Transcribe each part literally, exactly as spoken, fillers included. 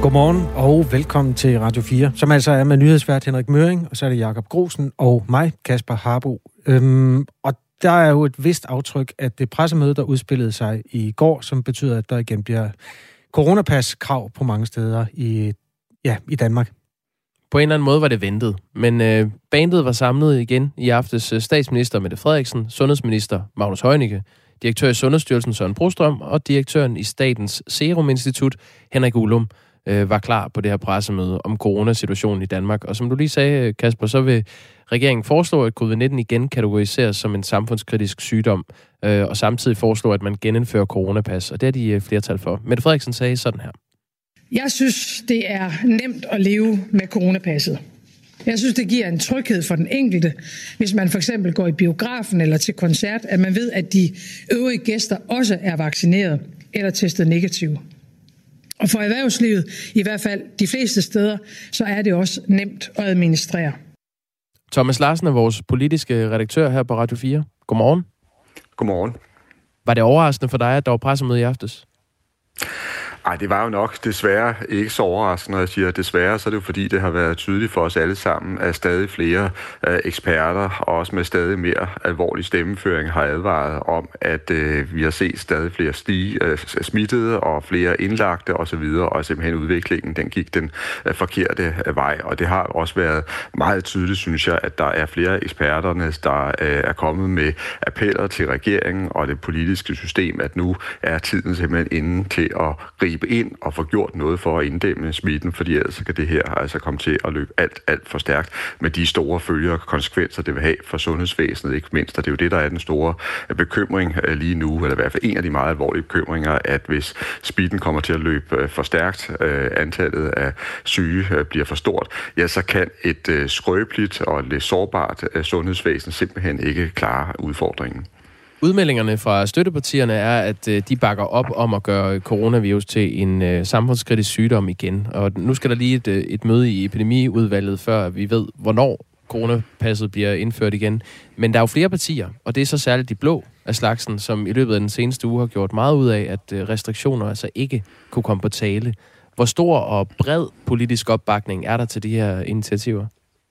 Godmorgen og velkommen til Radio fire, som altså er med nyhedsvært Henrik Møring, og så er det Jakob Grosen og mig, Kasper Harbo. Øhm, og der er jo et vist aftryk af det pressemøde, der udspillede sig i går, som betyder, at der igen bliver coronapas-krav på mange steder i, ja, i Danmark. På en eller anden måde var det ventet, men øh, bandet var samlet igen i aftes. Statsminister Mette Frederiksen, sundhedsminister Magnus Heunicke, direktør i Sundhedsstyrelsen Søren Brostrøm og direktøren i Statens Serum Institut Henrik Ullum øh, var klar på det her pressemøde om coronasituationen i Danmark. Og som du lige sagde, Kasper, så vil regeringen foreslå, at covid nitten igen kategoriseres som en samfundskritisk sygdom, øh, og samtidig foreslå, at man genindfører coronapas, og det er de øh, flertal for. Mette Frederiksen sagde sådan her. Jeg synes, det er nemt at leve med coronapasset. Jeg synes, det giver en tryghed for den enkelte, hvis man for eksempel går i biografen eller til koncert, at man ved, at de øvrige gæster også er vaccineret eller testet negativ. Og for erhvervslivet, i hvert fald de fleste steder, så er det også nemt at administrere. Thomas Larsen er vores politiske redaktør her på Radio fire. Godmorgen. Godmorgen. Var det overraskende for dig, at der var pressemøde i aftes? Ej, det var jo nok desværre ikke så overraskende, når jeg siger desværre, så er det jo fordi, det har været tydeligt for os alle sammen, at stadig flere øh, eksperter, og også med stadig mere alvorlig stemmeføring, har advaret om, at øh, vi har set stadig flere stige, øh, smittede og flere indlagte osv., og simpelthen udviklingen, den gik den øh, forkerte øh, vej. Og det har også været meget tydeligt, synes jeg, at der er flere eksperterne, der øh, er kommet med appeller til regeringen og det politiske system, at nu er tiden simpelthen inde til at gribe ind og få gjort noget for at inddæmme smitten, fordi ellers kan det her altså komme til at løbe alt, alt for stærkt med de store følger og konsekvenser, det vil have for sundhedsvæsenet, ikke mindst. Og det er jo det, der er den store bekymring lige nu, eller i hvert fald en af de meget alvorlige bekymringer, at hvis smitten kommer til at løbe for stærkt, antallet af syge bliver for stort, ja, så kan et skrøbeligt og lidt sårbart sundhedsvæsen simpelthen ikke klare udfordringen. Udmeldingerne fra støttepartierne er, at de bakker op om at gøre coronavirus til en uh, samfundskritisk sygdom igen. Og nu skal der lige et, et møde i epidemiudvalget, før vi ved, hvornår coronapasset bliver indført igen. Men der er jo flere partier, og det er så særligt de blå af slagsen, som i løbet af den seneste uge har gjort meget ud af, at restriktioner altså ikke kunne komme på tale. Hvor stor og bred politisk opbakning er der til de her initiativer?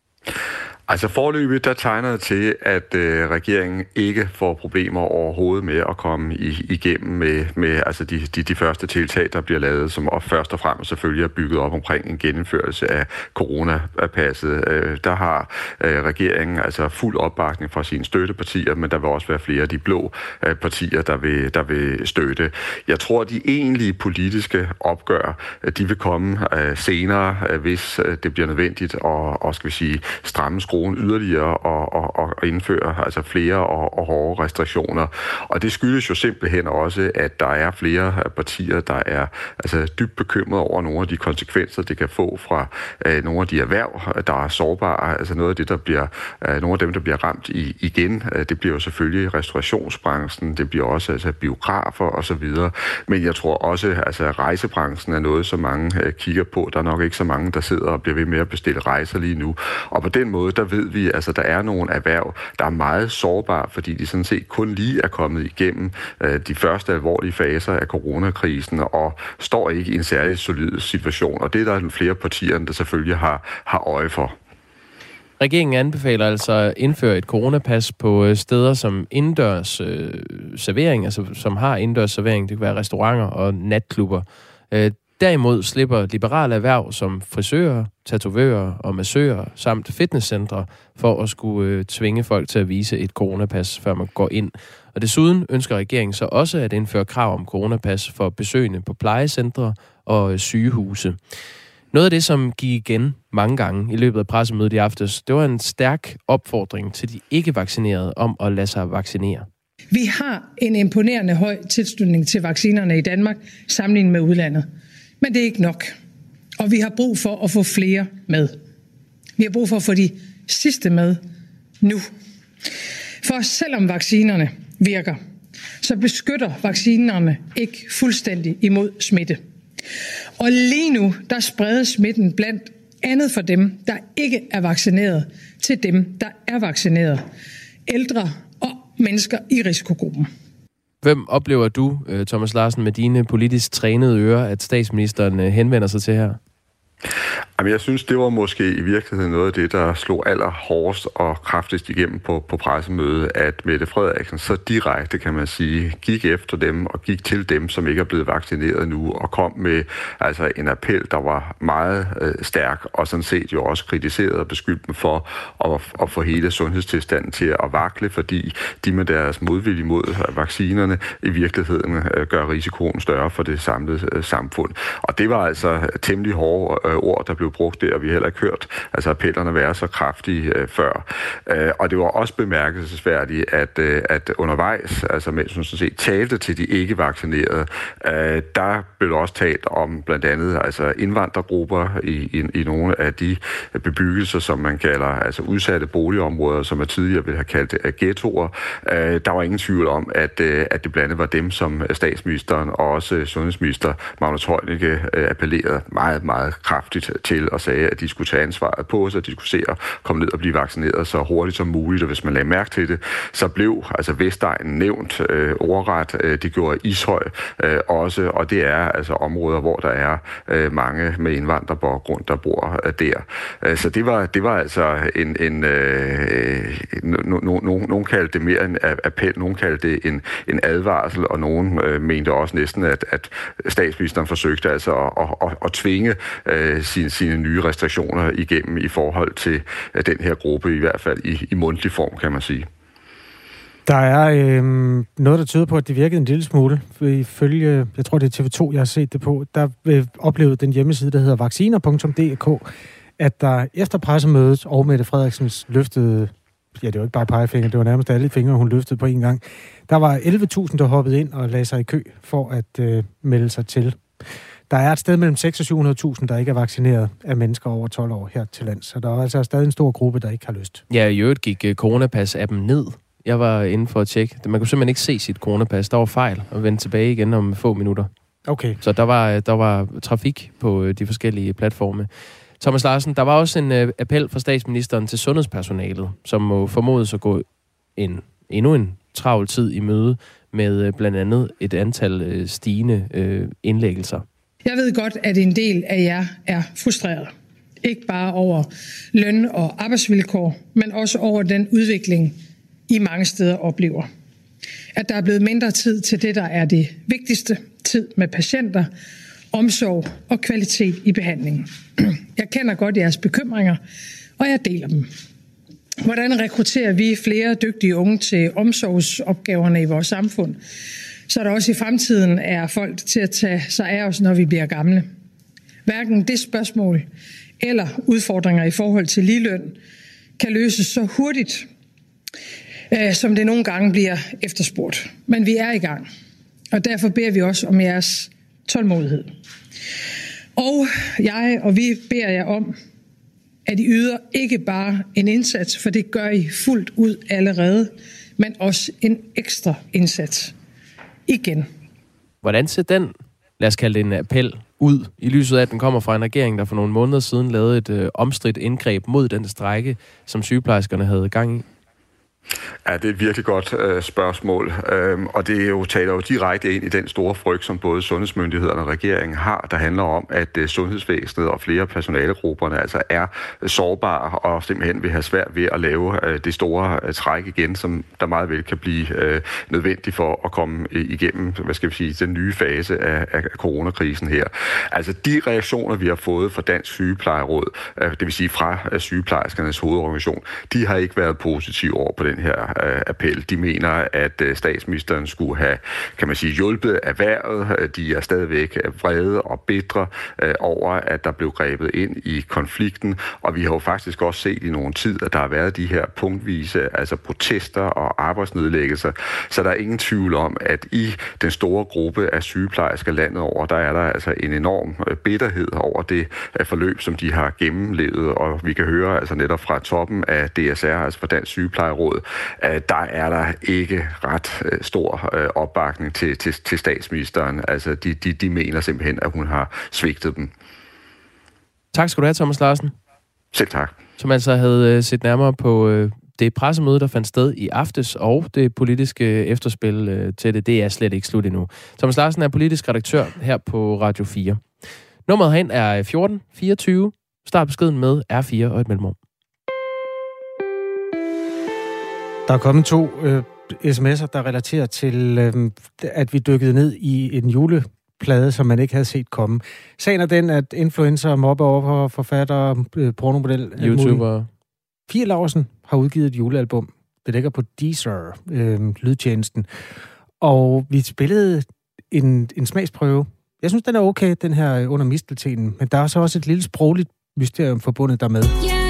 Altså forløbet, der tegner det til, at øh, regeringen ikke får problemer overhovedet med at komme i, igennem med, med altså de, de, de første tiltag, der bliver lavet, som og først og fremmest selvfølgelig er bygget op omkring en genindførelse af coronapasset. Øh, der har øh, regeringen altså fuld opbakning fra sine støttepartier, men der vil også være flere af de blå øh, partier, der vil, der vil støtte. Jeg tror, at de egentlige politiske opgør, de vil komme øh, senere, øh, hvis øh, det bliver nødvendigt at og, skal vi sige, stramme skruen yderligere og, og, og indføre altså flere og, og hårde restriktioner. Og det skyldes jo simpelthen også, at der er flere partier, der er altså dybt bekymrede over nogle af de konsekvenser, det kan få fra øh, nogle af de erhverv, der er sårbare. Altså noget af det, der bliver, øh, nogle af dem, der bliver ramt i, igen, øh, det bliver jo selvfølgelig restaurationsbranchen, det bliver også altså biografer og så videre. Men jeg tror også, altså rejsebranchen er noget, som mange øh, kigger på. Der er nok ikke så mange, der sidder og bliver ved med at bestille rejser lige nu. Og på den måde, der ved vi, altså der er nogle erhverv, der er meget sårbare, fordi de sådan set kun lige er kommet igennem øh, de første alvorlige faser af coronakrisen og står ikke i en særlig solid situation. Og det er der flere partier, der selvfølgelig har, har øje for. Regeringen anbefaler altså at indføre et coronapas på steder som indendørs øh, servering, altså som har indendørs servering, det kan være restauranter og natklubber. Øh, Derimod slipper liberale erhverv som frisører, tatovører og massører samt fitnesscentre for at skulle øh, tvinge folk til at vise et coronapas, før man går ind. Og desuden ønsker regeringen så også at indføre krav om coronapas for besøgende på plejecentre og øh, sygehuse. Noget af det, som gik igen mange gange i løbet af pressemødet i aftes, det var en stærk opfordring til de ikke-vaccinerede om at lade sig vaccinere. Vi har en imponerende høj tilslutning til vaccinerne i Danmark sammenlignet med udlandet. Men det er ikke nok. Og vi har brug for at få flere med. Vi har brug for at få de sidste med nu. For selvom vaccinerne virker, så beskytter vaccinerne ikke fuldstændig imod smitte. Og lige nu, der spredes smitten blandt andet for dem, der ikke er vaccineret, til dem, der er vaccineret. Ældre og mennesker i risikogruppen. Hvem oplever du, Thomas Larsen, med dine politisk trænede ører, at statsministeren henvender sig til her? Jamen, jeg synes, det var måske i virkeligheden noget af det, der slog allerhårdest og kraftigst igennem på, på pressemødet, at Mette Frederiksen så direkte, kan man sige, gik efter dem og gik til dem, som ikke er blevet vaccineret nu, og kom med altså en appel, der var meget øh, stærk, og sådan set jo også kritiseret og beskyldt dem for at, at få hele sundhedstilstanden til at vakle, fordi de med deres modvilje mod vaccinerne i virkeligheden øh, gør risikoen større for det samlede øh, samfund. Og det var altså temmelig hårde øh, ord, der blev brugt der, og vi har heller ikke hørt altså appellerne være så kraftige øh, før. Øh, og det var også bemærkelsesværdigt, at, øh, at undervejs, altså mens hun sådan set talte til de ikke-vaccinerede, øh, der blev også talt om blandt andet altså indvandrergrupper i, i, i nogle af de bebyggelser, som man kalder altså udsatte boligområder, som man tidligere ville have kaldt uh, ghettoer. Øh, der var ingen tvivl om, at, uh, at det blandt andet var dem, som statsministeren og også sundhedsminister Magnus Heunicke uh, appellerede meget, meget kraftigt til og sagde, at de skulle tage ansvaret på sig, at de skulle se at komme ned og blive vaccineret så hurtigt som muligt, og hvis man lagde mærke til det, så blev altså Vestegnen nævnt øh, ordret, øh, det gjorde Ishøj øh, også, og det er altså områder, hvor der er øh, mange med indvandrerbaggrund, der bor øh, der. Øh, så det var, det var altså en, en øh, no, no, no, nogen kaldte det mere en appel, nogen kaldte det en, en advarsel, og nogen øh, mente også næsten, at, at statsministeren forsøgte altså at, at, at, at tvinge øh, sine, sine nye restriktioner igennem i forhold til øh, den her gruppe, i hvert fald i, i mundtlig form, kan man sige. Der er øh, noget, der tyder på, at det virkede en lille smule. Ifølge, jeg tror det er T V to, jeg har set det på, der øh, oplevede den hjemmeside, der hedder vacciner punktum d k, at der efter pressemødet og Mette Frederiksens løftede, ja, det var ikke bare pegefinger, det var nærmest alle fingre, hun løftede på en gang, der var elleve tusind, der hoppede ind og lagde sig i kø for at øh, melde sig til. Der er et sted mellem seks hundrede og syv hundrede tusind, der ikke er vaccineret af mennesker over tolv år her til lands. Så der er altså stadig en stor gruppe, der ikke har lyst. Ja, i øvrigt gik uh, coronapas-appen ned. Jeg var inde for at tjekke. Man kunne simpelthen ikke se sit coronapas. Der var fejl og vende tilbage igen om få minutter. Okay. Så der var, der var trafik på de forskellige platforme. Thomas Larsen, der var også en uh, appel fra statsministeren til sundhedspersonalet, som må formodes at gå en, endnu en travl tid i møde med uh, blandt andet et antal uh, stigende uh, indlæggelser. Jeg ved godt, at en del af jer er frustreret. Ikke bare over løn- og arbejdsvilkår, men også over den udvikling, I mange steder oplever. At der er blevet mindre tid til det, der er det vigtigste. Tid med patienter, omsorg og kvalitet i behandlingen. Jeg kender godt jeres bekymringer, og jeg deler dem. Hvordan rekrutterer vi flere dygtige unge til omsorgsopgaverne i vores samfund, så der også i fremtiden er folk til at tage sig af os, når vi bliver gamle? Hverken det spørgsmål eller udfordringer i forhold til ligeløn kan løses så hurtigt, som det nogle gange bliver efterspurgt. Men vi er i gang, og derfor beder vi også om jeres tålmodighed. Og jeg og vi beder jer om, at I yder ikke bare en indsats, for det gør I fuldt ud allerede, men også en ekstra indsats. Igen. Hvordan ser den, lad os kalde det en appel, ud, i lyset af, at den kommer fra en regering, der for nogle måneder siden lavede et øh, omstridt indgreb mod den strejke, som sygeplejerskerne havde gang i? Ja, det er et virkelig godt øh, spørgsmål, øhm, og det er jo, taler jo direkte ind i den store frygt, som både sundhedsmyndighederne og regeringen har, der handler om, at øh, sundhedsvæsenet og flere personalegrupperne altså er øh, sårbare og simpelthen vil have svært ved at lave øh, det store øh, træk igen, som der meget vel kan blive øh, nødvendigt for at komme øh, igennem, hvad skal vi sige, den nye fase af, af coronakrisen her. Altså de reaktioner, vi har fået fra Dansk Sygeplejeråd, øh, det vil sige fra øh, sygeplejerskernes hovedorganisation, de har ikke været positive over på den her øh, appel. De mener, at øh, statsministeren skulle have, kan man sige, hjulpet erhvervet. De er stadigvæk vrede og bitre øh, over, at der blev grebet ind i konflikten, og vi har jo faktisk også set i nogle tid, at der har været de her punktvise, altså protester og arbejdsnedlæggelser, så der er ingen tvivl om, at i den store gruppe af sygeplejersker landet over, der er der altså en enorm øh, bitterhed over det øh, forløb, som de har gennemlevet, og vi kan høre altså netop fra toppen af D S R, altså fra Dansk Sygeplejeråd, der er der ikke ret stor opbakning til, til, til statsministeren. Altså, de, de, de mener simpelthen, at hun har svigtet dem. Tak skal du have, Thomas Larsen. Selv tak. Som altså havde set nærmere på det pressemøde, der fandt sted i aftes, og det politiske efterspil øh, til det, det er slet ikke slut endnu. Thomas Larsen er politisk redaktør her på Radio fire. Nummeret hen er fjorten fireogtyve. Start beskeden med R fire og et mellemrum. Der er kommet to øh, sms'er, der relaterer til, øh, at vi dykkede ned i en juleplade, som man ikke havde set komme. Sagen er den, at influencer, mobber, over forfatter, øh, pornomodel, YouTuber Fie Laursen har udgivet et julealbum. Det ligger på Deezer, øh, lydtjenesten. Og vi spillede en, en smagsprøve. Jeg synes, den er okay, den her under misteltenen. Men der er så også et lille sprogligt mysterium forbundet dermed.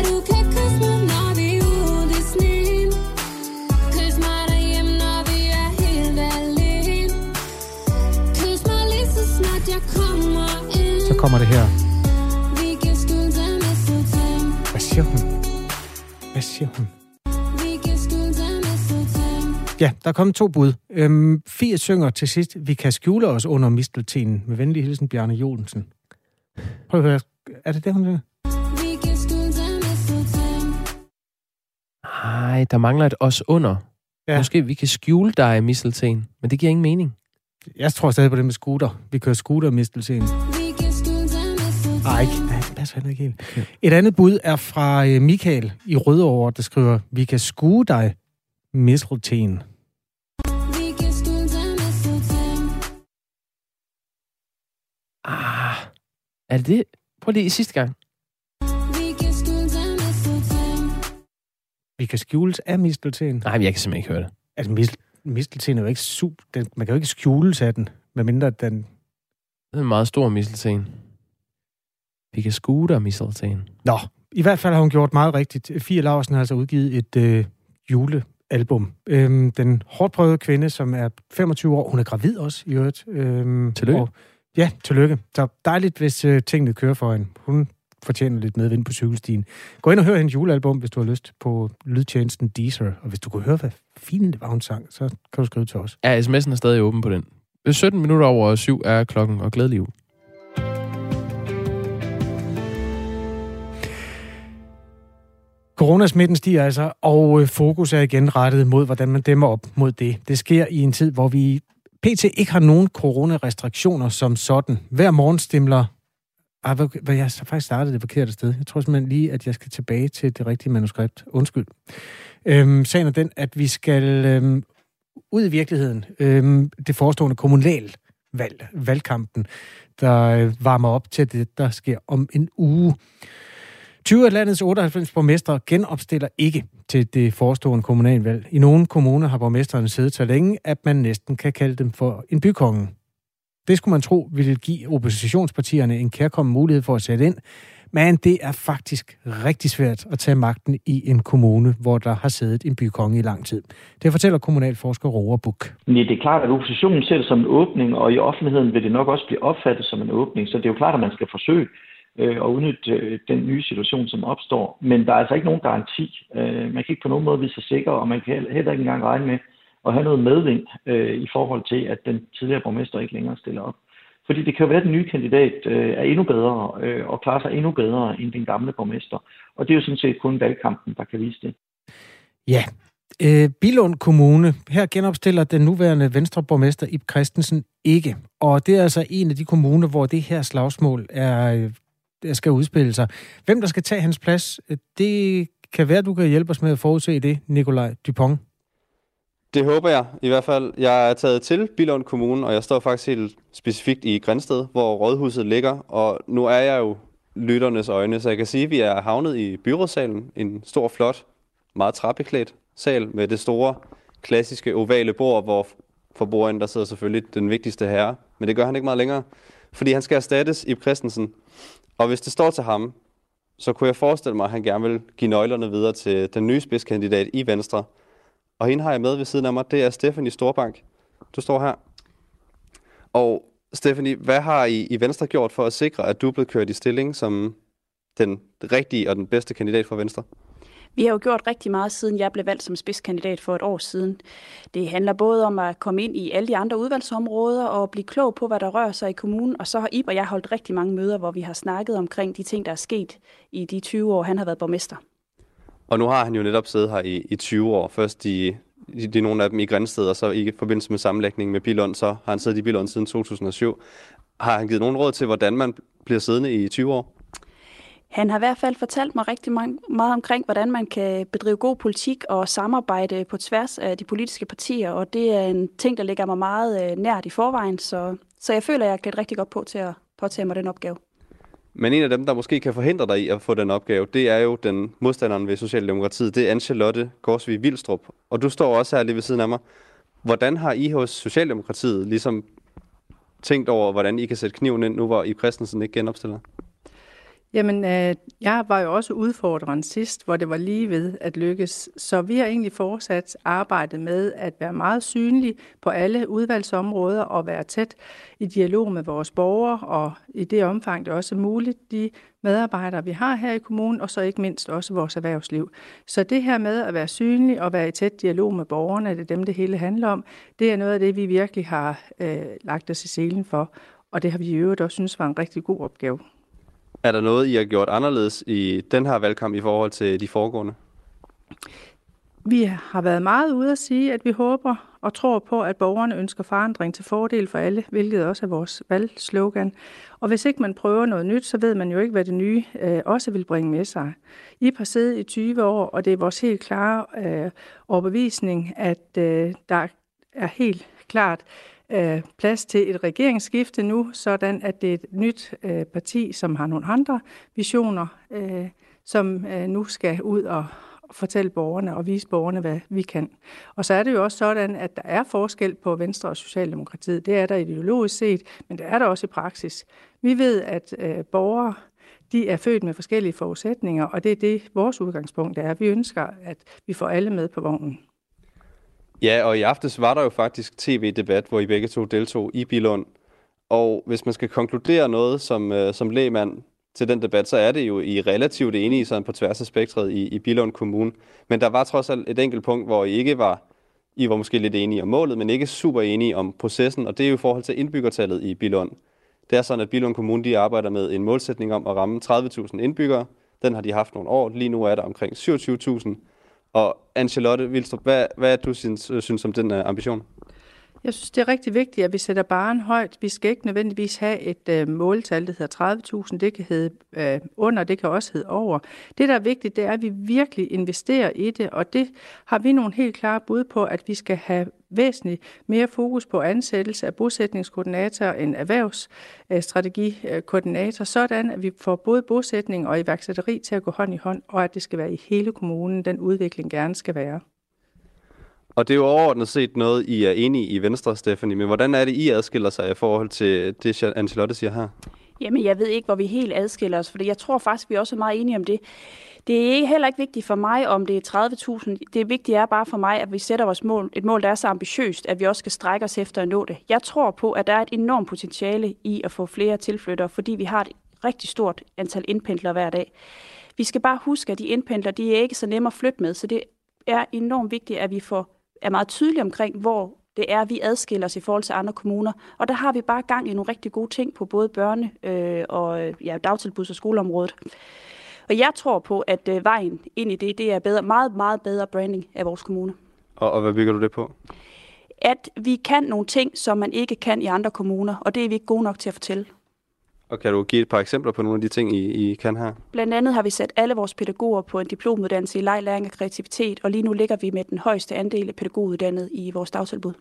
Så kommer det her. Hvad siger hun? Hvad siger hun? Ja, der er kommet to bud. Øhm, Fie synger til sidst, vi kan skjule os under misteltenen. Med venlig hilsen, Bjarne Jolensen. Prøv at høre. Er det det, hun synger? Nej, der mangler et os under. Ja. Måske vi kan skjule dig i mistelten, men det giver ingen mening. Jeg tror stadig på det med scooter. Vi kører scooter i mistelten. Ej, nej, det passer heller ikke helt. Okay. Et andet bud er fra Michael i Rødovre, der skriver, vi kan skue dig mistelten. Ah, er det det? Prøv lige i sidste gang. Vi kan skjules af mistelten. Nej, men jeg kan simpelthen ikke høre det. Altså, mis- mistelten er jo ikke super. Den, man kan jo ikke skjules af den, medmindre den... Det er en meget stor mistelten. Vi kan skue dig mistelten. Nå, i hvert fald har hun gjort meget rigtigt. Fie Laursen har altså udgivet et øh, julealbum. Øhm, den hårdt prøvede kvinde, som er femogtyve år, hun er gravid også i øvrigt. Øhm, tillykke. Og, ja, tillykke. Så dejligt, hvis øh, tingene kører for hende. Hun fortjener lidt medvind på cykelstien. Gå ind og hør hendes julealbum, hvis du har lyst, på lydtjenesten Deezer. Og hvis du kunne høre, hvad fint det var, hun sang, så kan du skrive til os. Ja, sms'en er stadig åben på den. sytten minutter over syv er klokken, og glædelig jul. Coronasmitten stiger altså, og fokus er igen rettet mod, hvordan man dæmmer op mod det. Det sker i en tid, hvor vi pt. Ikke har nogen coronarestriktioner som sådan. Hver morgen stimler... Ah, hvad, jeg har faktisk startet det forkerte sted. Jeg tror simpelthen lige, at jeg skal tilbage til det rigtige manuskript. Undskyld. Øhm, sagen er den, at vi skal øhm, ud i virkeligheden. Øhm, det forestående kommunalvalg, valgkampen, der øh, varmer op til det, der sker om en uge. tyve af landets otteoghalvfems borgmestre genopstiller ikke til det forestående kommunalvalg. I nogle kommuner har borgmesterne siddet så længe, at man næsten kan kalde dem for en bykonge. Det skulle man tro ville give oppositionspartierne en kærkommen mulighed for at sætte ind, men det er faktisk rigtig svært at tage magten i en kommune, hvor der har siddet en bykonge i lang tid. Det fortæller kommunalforsker Roar Buch. Nej, det er klart, at oppositionen ser det som en åbning, og i offentligheden vil det nok også blive opfattet som en åbning, så det er jo klart, at man skal forsøge at udnytte den nye situation, som opstår. Men der er altså ikke nogen garanti. Man kan ikke på nogen måde vide sig sikker, og man kan heller ikke engang regne med at have noget medvind i forhold til, at den tidligere borgmester ikke længere stiller op. Fordi det kan jo være, at den nye kandidat er endnu bedre og klarer sig endnu bedre end den gamle borgmester. Og det er jo sådan set kun valgkampen, der kan vise det. Ja. Øh, Billund Kommune. Her genopstiller den nuværende Venstre-borgmester Ib Christensen ikke. Og det er altså en af de kommuner, hvor det her slagsmål er... der skal udspille sig. Hvem der skal tage hans plads, det kan være, du kan hjælpe os med at forudse det, Nikolaj Dupont. Det håber jeg i hvert fald. Jeg er taget til Billund Kommune, og jeg står faktisk helt specifikt i Grænsted, hvor rådhuset ligger. Og nu er jeg jo lytternes øjne, så jeg kan sige, at vi er havnet i byrådssalen. En stor, flot, meget trappeklædt sal med det store, klassiske ovale bord, hvor for bordenden der sidder selvfølgelig den vigtigste herre. Men det gør han ikke meget længere, fordi han skal erstattes Ib Christensen. Og hvis det står til ham, så kunne jeg forestille mig, at han gerne vil give nøglerne videre til den nye spidskandidat i Venstre. Og hende har jeg med ved siden af mig, det er Stephanie Storbank. Du står her. Og Stephanie, hvad har I i Venstre gjort for at sikre, at du er blevet kørt i stilling som den rigtige og den bedste kandidat for Venstre? Vi har jo gjort rigtig meget, siden jeg blev valgt som spidskandidat for et år siden. Det handler både om at komme ind i alle de andre udvalgsområder og blive klog på, hvad der rører sig i kommunen. Og så har Ib og jeg holdt rigtig mange møder, hvor vi har snakket omkring de ting, der er sket i de tyve år, han har været borgmester. Og nu har han jo netop siddet her i, i tyve år. Først i, de er nogle af dem i Grindsted, og så i forbindelse med sammenlægningen med Billund, så har han siddet i Billund siden to tusind og syv. Har han givet nogen råd til, hvordan man bliver siddende i tyve år? Han har i hvert fald fortalt mig rigtig meget omkring, hvordan man kan bedrive god politik og samarbejde på tværs af de politiske partier, og det er en ting, der ligger mig meget nært i forvejen, så, så jeg føler, at jeg er klædt rigtig godt på til at påtage mig den opgave. Men en af dem, der måske kan forhindre dig i at få den opgave, det er jo den modstanderen ved Socialdemokratiet, det er Anne-Charlotte Gårdsvig Vilstrup. Og du står også her lige ved siden af mig. Hvordan har I hos Socialdemokratiet ligesom tænkt over, hvordan I kan sætte kniven ind nu, hvor Ib Christensen ikke genopstiller? Jamen, øh, jeg var jo også udfordreren sidst, hvor det var lige ved at lykkes. Så vi har egentlig fortsat arbejdet med at være meget synlige på alle udvalgsområder og være tæt i dialog med vores borgere, og i det omfang det også er muligt, de medarbejdere, vi har her i kommunen, og så ikke mindst også vores erhvervsliv. Så det her med at være synlig og være i tæt dialog med borgerne, det er dem, det hele handler om, det er noget af det, vi virkelig har øh, lagt os i selen for, og det har vi i øvrigt også synes var en rigtig god opgave. Er der noget, I har gjort anderledes i den her valgkamp i forhold til de foregående? Vi har været meget ude at sige, at vi håber og tror på, at borgerne ønsker forandring til fordel for alle, hvilket også er vores valgslogan. Og hvis ikke man prøver noget nyt, så ved man jo ikke, hvad det nye øh, også vil bringe med sig. I har siddet i tyve år, og det er vores helt klare øh, overbevisning, at øh, der er helt klart øh, plads til et regeringsskifte nu, sådan at det er et nyt øh, parti, som har nogle andre visioner, øh, som øh, nu skal ud og fortælle borgerne og vise borgerne, hvad vi kan. Og så er det jo også sådan, at der er forskel på Venstre og Socialdemokratiet. Det er der ideologisk set, men det er der også i praksis. Vi ved, at øh, borgere de er født med forskellige forudsætninger, og det er det, vores udgangspunkt er. Vi ønsker, at vi får alle med på vognen. Ja, og i aftes var der jo faktisk tv-debat, hvor I begge to deltog i Billund. Og hvis man skal konkludere noget som, øh, som lægmand til den debat, så er det jo I relativt enige sådan på tværs af spektret i, i Billund Kommune. Men der var trods alt et enkelt punkt, hvor I ikke var, I var måske lidt enige om målet, men ikke super enige om processen, og det er jo i forhold til indbyggertallet i Billund. Det er sådan, at Billund Kommune de arbejder med en målsætning om at ramme tredive tusind indbyggere. Den har de haft nogle år. Lige nu er der omkring syvogtyve tusind. Og Anne-Charlotte Vilstrup, hvad, hvad er du synes, synes om den uh, ambition? Jeg synes, det er rigtig vigtigt, at vi sætter barren højt. Vi skal ikke nødvendigvis have et øh, måltal, der hedder tredive tusind. Det kan hedde øh, under, det kan også hedde over. Det, der er vigtigt, det er, at vi virkelig investerer i det, og det har vi nogle helt klare bud på, at vi skal have væsentligt mere fokus på ansættelse af bosætningskoordinatorer end erhvervsstrategikoordinator, sådan at vi får både bosætning og iværksætteri til at gå hånd i hånd, og at det skal være i hele kommunen, den udvikling gerne skal være. Og det er jo overordnet set noget, I er enige i Venstre, Stephanie, men hvordan er det, I adskiller sig i forhold til det, Anne-Charlotte siger her? Jamen, jeg ved ikke, hvor vi helt adskiller os, for jeg tror faktisk, vi er også meget enige om det. Det er heller ikke vigtigt for mig, om det er tredive tusind. Det vigtige er bare for mig, at vi sætter vores mål, et mål, der er så ambitiøst, at vi også skal strække os efter at nå det. Jeg tror på, at der er et enormt potentiale i at få flere tilflyttere, fordi vi har et rigtig stort antal indpendlere hver dag. Vi skal bare huske, at de indpendlere, de er ikke så nemme at flytte med, så det er enormt vigtigt, at vi får er meget tydelige omkring, hvor det er, vi adskiller os i forhold til andre kommuner. Og der har vi bare gang i nogle rigtig gode ting på både børne- øh, og ja, dagtilbuds- og skoleområdet. Og jeg tror på, at øh, vejen ind i det, det er bedre, meget, meget bedre branding af vores kommune. Og, og hvad bygger du det på? At vi kan nogle ting, som man ikke kan i andre kommuner, og det er vi ikke gode nok til at fortælle. Og kan du give et par eksempler på nogle af de ting, I, I kan her? Blandt andet har vi sat alle vores pædagoger på en diplomuddannelse i leg, læring og kreativitet, og lige nu ligger vi med den højeste andel af pædagoguddannede i vores dagtilbud.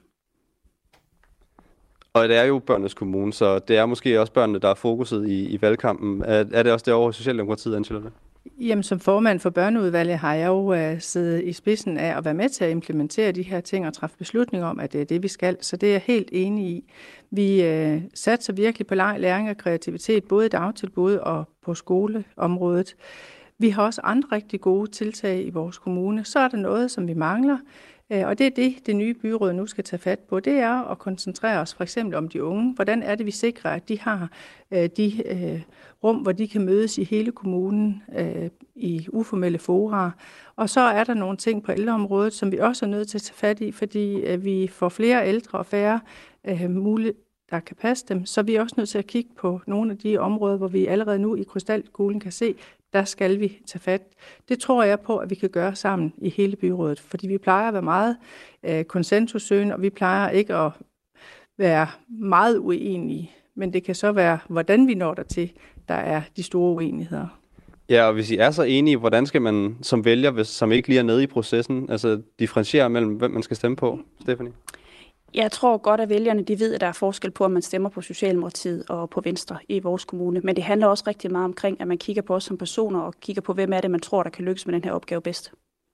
Og det er jo børnenes kommune, så det er måske også børnene, der er fokuset i, i valgkampen. Er, er det også det over hos Socialdemokratiet, Anne-Charlotte? Jamen, som formand for børneudvalget har jeg jo uh, siddet i spidsen af at være med til at implementere de her ting og træffe beslutninger om, at det er det, vi skal. Så det er jeg helt enig i. Vi uh, satser virkelig på leg, læring og kreativitet, både i dagtilbud og på skoleområdet. Vi har også andre rigtig gode tiltag i vores kommune. Så er der noget, som vi mangler, og det er det, det nye byråd nu skal tage fat på. Det er at koncentrere os for eksempel om de unge. Hvordan er det, vi sikrer, at de har øh, de øh, rum, hvor de kan mødes i hele kommunen øh, i uformelle fora. Og så er der nogle ting på ældreområdet, som vi også er nødt til at tage fat i, fordi øh, vi får flere ældre og færre øh, muligheder der kan passe dem. Så vi er også nødt til at kigge på nogle af de områder, hvor vi allerede nu i krystalkuglen kan se, der skal vi tage fat. Det tror jeg på, at vi kan gøre sammen i hele byrådet, fordi vi plejer at være meget øh, konsensussøgende, og vi plejer ikke at være meget uenige. Men det kan så være, hvordan vi når dertil, der er de store uenigheder. Ja, og hvis I er så enige, hvordan skal man som vælger, hvis, som ikke lige er nede i processen, altså differentiere mellem, hvem man skal stemme på, Stephanie? Jeg tror godt, at vælgerne de ved, at der er forskel på, om man stemmer på Socialdemokratiet og på Venstre i vores kommune. Men det handler også rigtig meget omkring, at man kigger på os som personer og kigger på, hvem er det, man tror, der kan lykkes med den her opgave bedst.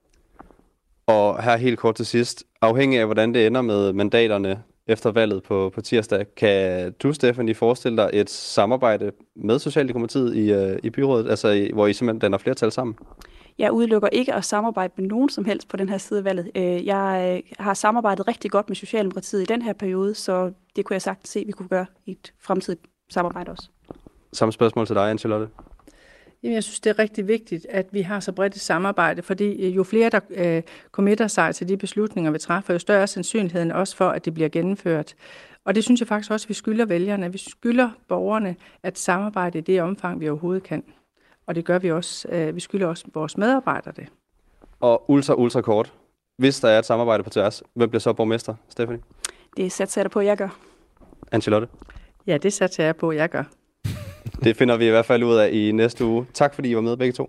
Og her helt kort til sidst, afhængig af, hvordan det ender med mandaterne efter valget på, på tirsdag, kan du, Stephanie, forestille dig et samarbejde med Socialdemokratiet i, uh, i byrådet, altså i, hvor I simpelthen danner flertal sammen? Jeg udelukker ikke at samarbejde med nogen som helst på den her side af valget. Jeg har samarbejdet rigtig godt med Socialdemokratiet i den her periode, så det kunne jeg sagtens se, at vi kunne gøre i et fremtidigt samarbejde også. Samme spørgsmål til dig, Anne-Charlotte. Jamen, jeg synes, det er rigtig vigtigt, at vi har så bredt et samarbejde, fordi jo flere, der øh, committer sig til de beslutninger, vi træffer, jo større er sandsynligheden også for, at det bliver gennemført. Og det synes jeg faktisk også, at vi skylder vælgerne. Vi skylder borgerne at samarbejde i det omfang, vi overhovedet kan. Og det gør vi også. Øh, vi skylder også vores medarbejdere det. Og ultra, ultra kort. Hvis der er et samarbejde på tværs, hvem bliver så borgmester, Stephanie? Det satser jeg på, at jeg gør. Anne-Charlotte? Ja, det satser jeg på, at jeg gør. Det finder vi i hvert fald ud af i næste uge. Tak fordi I var med begge to.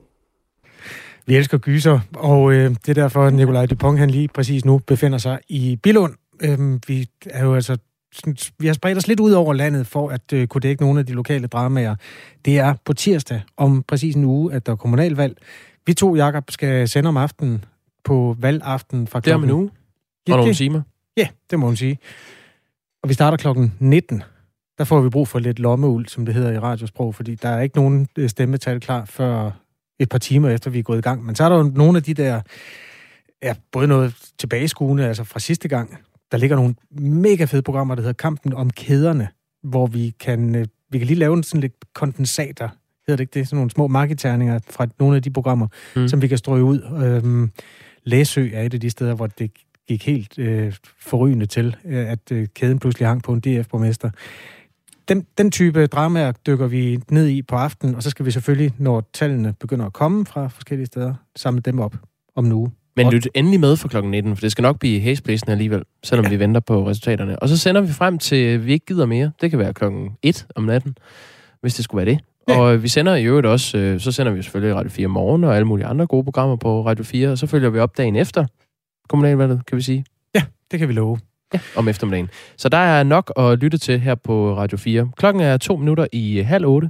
Vi elsker gyser, og øh, det er derfor, Nikolaj Dupont, han lige præcis nu befinder sig i Billund. Øh, vi er jo altså vi har spredt os lidt ud over landet for at øh, kunne dække nogle af de lokale dramaer. Det er på tirsdag om præcis en uge, at der er kommunalvalg. Vi to, Jakob, skal sende om aftenen på valgaften fra klokken... Det er om en uge? Ja, og nogle det, timer? Ja, det må man sige. Og vi starter klokken nitten. Der får vi brug for lidt lommeuld, som det hedder i radiosprog, fordi der er ikke nogen stemmetal klar før et par timer efter, vi er gået i gang. Men så er der jo nogle af de der, ja, både noget tilbageskuende, altså fra sidste gang. Der ligger nogle mega fede programmer, der hedder Kampen om kæderne, hvor vi kan, vi kan lige lave sådan lidt kondensater, hedder det ikke det? Sådan nogle små marketerninger fra nogle af de programmer, mm. som vi kan strøge ud. Øhm, Læsø er et af de steder, hvor det gik helt øh, forrygende til, at øh, kæden pludselig hang på en D F-borgmester. Den, den type dramaer dykker vi ned i på aftenen, og så skal vi selvfølgelig, når tallene begynder at komme fra forskellige steder, samle dem op om en uge. Men lyt endelig med for klokken nitten, for det skal nok blive hæsblæsende alligevel, selvom ja. vi venter på resultaterne. Og så sender vi frem til, vi ikke gider mere. Det kan være klokken et om natten, hvis det skulle være det. Ja. Og vi sender i øvrigt også, så sender vi selvfølgelig Radio fire morgen og alle mulige andre gode programmer på Radio fire, og så følger vi op dagen efter kommunalvalget, kan vi sige. Ja, det kan vi love. Ja, om eftermiddagen. Så der er nok at lytte til her på Radio fire. Klokken er to minutter i halv otte.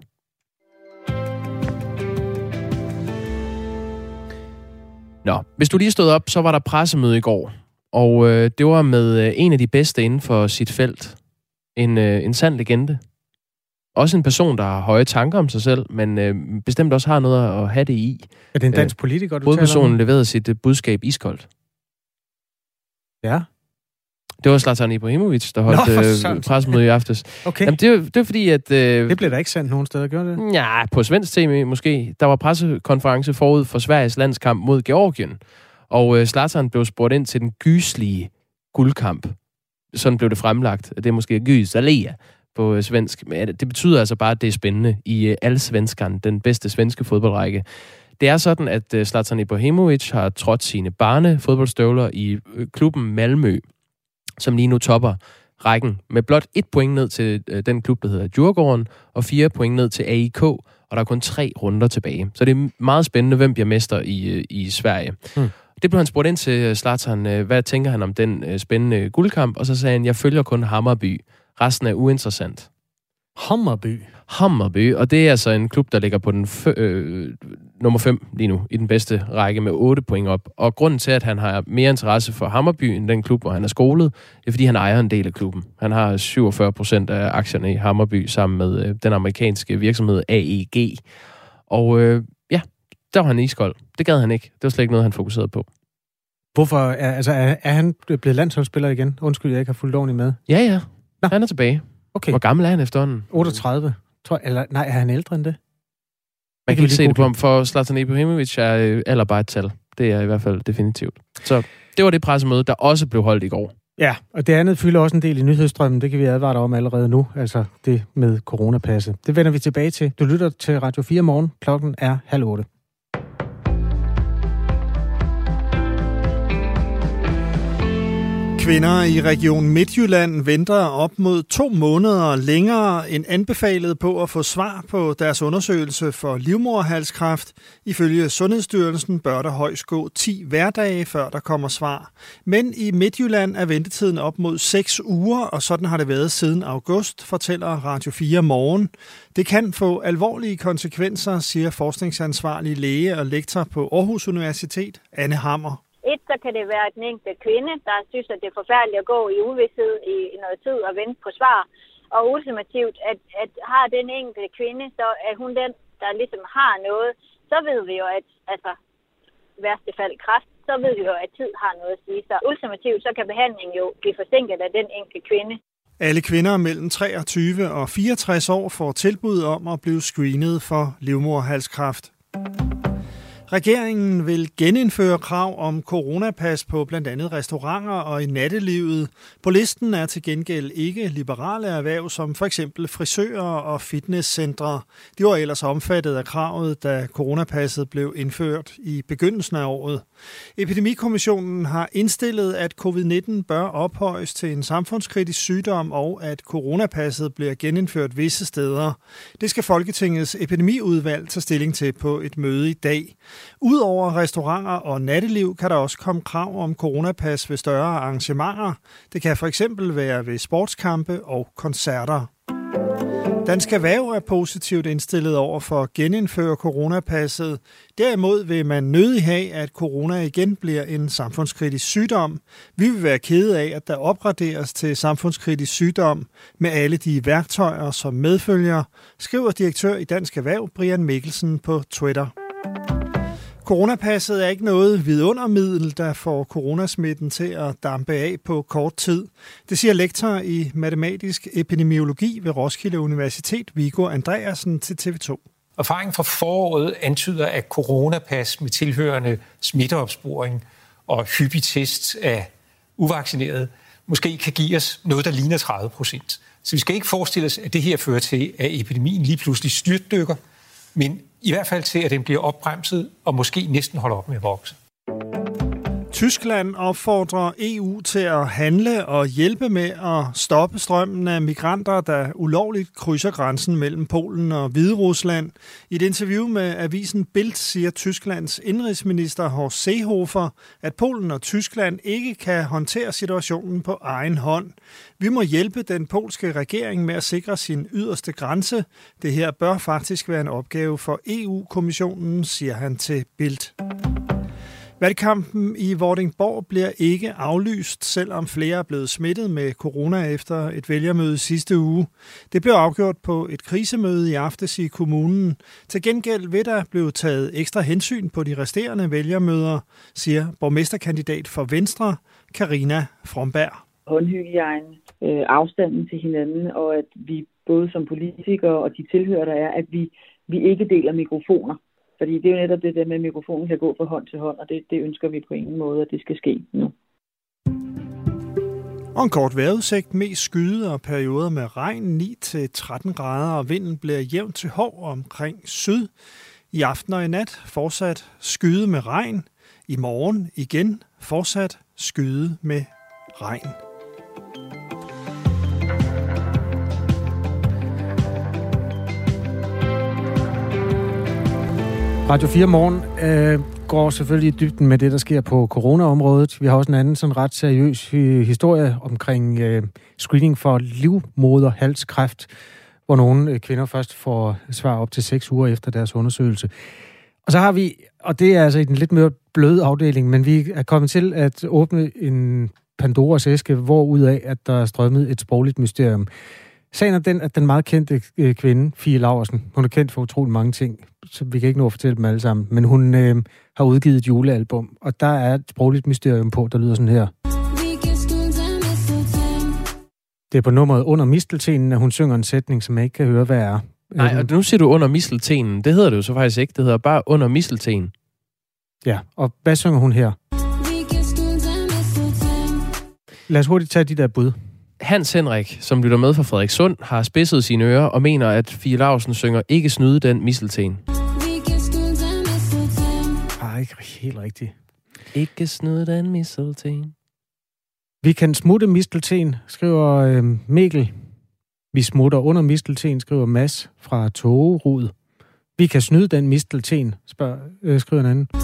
Nå, hvis du lige stod op, så var der pressemøde i går. Og øh, det var med øh, en af de bedste inden for sit felt. En, øh, en sand legende. Også en person, der har høje tanker om sig selv, men øh, bestemt også har noget at have det i. Er det en dansk øh, politiker, du taler om? Hovedpersonen leverede sit øh, budskab iskoldt. Ja. Det var Zlatan Ibrahimovic, der holdt øh, pressemøde i aftes. Okay. Jamen, det, det var fordi, at... Øh, det blev der ikke sendt nogen steder, gjorde det? Ja, på svensk T V måske. Der var pressekonference forud for Sveriges landskamp mod Georgien. Og øh, Zlatan blev spurgt ind til den gyslige guldkamp. Sådan blev det fremlagt. Det er måske gysalia på øh, svensk. Men det betyder altså bare, at det er spændende i øh, Allsvenskan, den bedste svenske fodboldrække. Det er sådan, at øh, Zlatan Ibrahimovic har trådt sine barnefodboldstøvler i øh, klubben Malmö, som lige nu topper rækken med blot et point ned til øh, den klub, der hedder Djurgården, og fire point ned til A I K, og der er kun tre runder tilbage. Så det er meget spændende, hvem bliver mester i, øh, i Sverige. Hmm. Det blev han spurgt ind til Zlatan, øh, hvad tænker han om den øh, spændende guldkamp, og så sagde han, jeg følger kun Hammarby. Resten er uinteressant. Hammarby? Hammarby, og det er altså en klub, der ligger på den f- øh, nummer fem lige nu, i den bedste række med otte point op. Og grunden til, at han har mere interesse for Hammarby end den klub, hvor han er skolet, det er, fordi han ejer en del af klubben. Han har syvogfyrre procent af aktierne i Hammarby sammen med øh, den amerikanske virksomhed A E G. Og øh, ja, der var han iskold. Det gad han ikke. Det var slet ikke noget, han fokuserede på. Hvorfor? Er, altså, er, er han blevet landsholdsspiller igen? Undskyld, jeg ikke har fulgt ordentligt med. Ja, ja. Nå. Han er tilbage. Okay. Hvor gammel er han efterhånden? otteogtredive. Tror, eller, nej, er han ældre end det? Man kan ikke se det på ham, for Zlatan Ibrahimovic er alder bare et tal. Det er i hvert fald definitivt. Så det var det pressemøde, der også blev holdt i går. Ja, og det andet fylder også en del i nyhedsstrømmen. Det kan vi advare dig om allerede nu, altså det med coronapasset. Det vender vi tilbage til. Du lytter til Radio fire morgen. Klokken er halv otte. Kvinder i Region Midtjylland venter op mod to måneder længere end anbefalet på at få svar på deres undersøgelse for livmoderhalskræft. Ifølge Sundhedsstyrelsen bør der højst gå ti hverdage, før der kommer svar. Men i Midtjylland er ventetiden op mod seks uger, og sådan har det været siden august, fortæller Radio fire Morgen. Det kan få alvorlige konsekvenser, siger forskningsansvarlig læge og lektor på Aarhus Universitet, Anne Hammer. Et, så kan det være den enkelte kvinde, der synes, at det er forfærdeligt at gå i uvished i noget tid og vente på svar. Og ultimativt, at, at har den enkelte kvinde, så er hun den, der ligesom har noget, så ved vi jo, at altså, værste fald kræft, så ved vi jo, at tid har noget at sige. Så ultimativt, så kan behandlingen jo blive forsinket af den enkelte kvinde. Alle kvinder mellem treogtyve og fireogtres år får tilbud om at blive screenet for livmoderhalskræft. Regeringen vil genindføre krav om coronapas på blandt andet restauranter og i nattelivet. På listen er til gengæld ikke liberale erhverv som for eksempel frisører og fitnesscentre. De var ellers omfattet af kravet, da coronapasset blev indført i begyndelsen af året. Epidemikommissionen har indstillet, at covid nitten bør ophøjes til en samfundskritisk sygdom og at coronapasset bliver genindført visse steder. Det skal Folketingets epidemiudvalg tage stilling til på et møde i dag. Udover restauranter og natteliv kan der også komme krav om coronapas ved større arrangementer. Det kan for eksempel være ved sportskampe og koncerter. Dansk Erhverv er positivt indstillet over for at genindføre coronapasset. Derimod vil man nødig have, at corona igen bliver en samfundskritisk sygdom. Vi vil være kede af, at der opgraderes til samfundskritisk sygdom med alle de værktøjer, som medfølger, skriver direktør i Dansk Erhverv Brian Mikkelsen på Twitter. Coronapasset er ikke noget vidundermiddel, der får coronasmitten til at dampe af på kort tid. Det siger lektor i matematisk epidemiologi ved Roskilde Universitet, Viggo Andreasen, til T V to. Erfaringen fra foråret antyder, at coronapas med tilhørende smitteopsporing og hyppig test af uvaccinerede måske kan give os noget, der ligner tredive procent. Så vi skal ikke forestille os, at det her fører til, at epidemien lige pludselig styrtdykker, men i hvert fald til, at den bliver opbremset og måske næsten holder op med at vokse. Tyskland opfordrer E U til at handle og hjælpe med at stoppe strømmen af migranter, der ulovligt krydser grænsen mellem Polen og Hviderusland. I et interview med avisen Bild siger Tysklands indrigsminister Horst Seehofer, at Polen og Tyskland ikke kan håndtere situationen på egen hånd. Vi må hjælpe den polske regering med at sikre sin yderste grænse. Det her bør faktisk være en opgave for E U-kommissionen, siger han til Bild. Valgkampen i Vordingborg bliver ikke aflyst, selvom flere er blevet smittet med corona efter et vælgermøde sidste uge. Det blev afgjort på et krisemøde i aftes i kommunen. Til gengæld vil der blive taget ekstra hensyn på de resterende vælgermøder, siger borgmesterkandidat for Venstre, Carina Fromberg. Håndhygiejne, øh, afstanden til hinanden, og at vi både som politikere og de tilhører, der er, at vi, vi ikke deler mikrofoner. Fordi det er jo netop det der med, at mikrofonen kan gå fra hånd til hånd, og det, det ønsker vi på ingen måde, at det skal ske nu. Og en kort vejrudsigt, mest skyde og perioder med regn, ni til tretten grader, og vinden bliver jævnt til hård omkring syd. I aften og i nat fortsat skyde med regn. I morgen igen fortsat skyde med regn. Radio fire Morgen øh, går selvfølgelig i dybden med det, der sker på coronaområdet. Vi har også en anden sådan ret seriøs historie omkring øh, screening for livmoderhalskræft, hvor nogle øh, kvinder først får svar op til seks uger efter deres undersøgelse. Og så har vi, og det er altså i den lidt mere bløde afdeling, men vi er kommet til at åbne en Pandoras æske, hvorudaf at der er strømmet et sprogligt mysterium. Sagen er den, at den meget kendte øh, kvinde, Fie Laursen, hun er kendt for utrolig mange ting, så vi kan ikke nå at fortælle dem alle sammen, men hun øh, har udgivet et julealbum, og der er et sprogligt mysterium på, der lyder sådan her. Det er på nummeret Under Misteltenen, at hun synger en sætning, som jeg ikke kan høre, hvad er. Nej, og nu siger du Under Misteltenen. Det hedder det jo så faktisk ikke. Det hedder bare Under Misteltenen. Ja, og hvad synger hun her? lad os hurtigt tage de der bud. Hans Henrik, som lytter med fra Frederikssund, har spidset sine ører og mener, at Fie Laursen synger Ikke snyde den mistelten. Ah, ikke helt rigtigt. Ikke snyde den mistelten. Vi kan smutte mistelten, skriver øh, Mikkel. Vi smutter under mistelten, skriver Mads fra Togerud. Vi kan snyde den mistelten, spørger, øh, skriver en anden.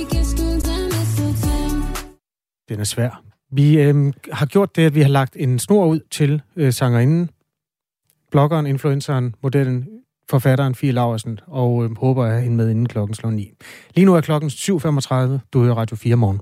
Den er svær. Vi øh, har gjort det, at vi har lagt en snor ud til øh, sangerinden, bloggeren, influenceren, modellen, forfatteren Fie Laursen, og øh, håber at have hende med inden klokken slår ni. Lige nu er klokken syv femogtredive. Du hører Radio fire morgen.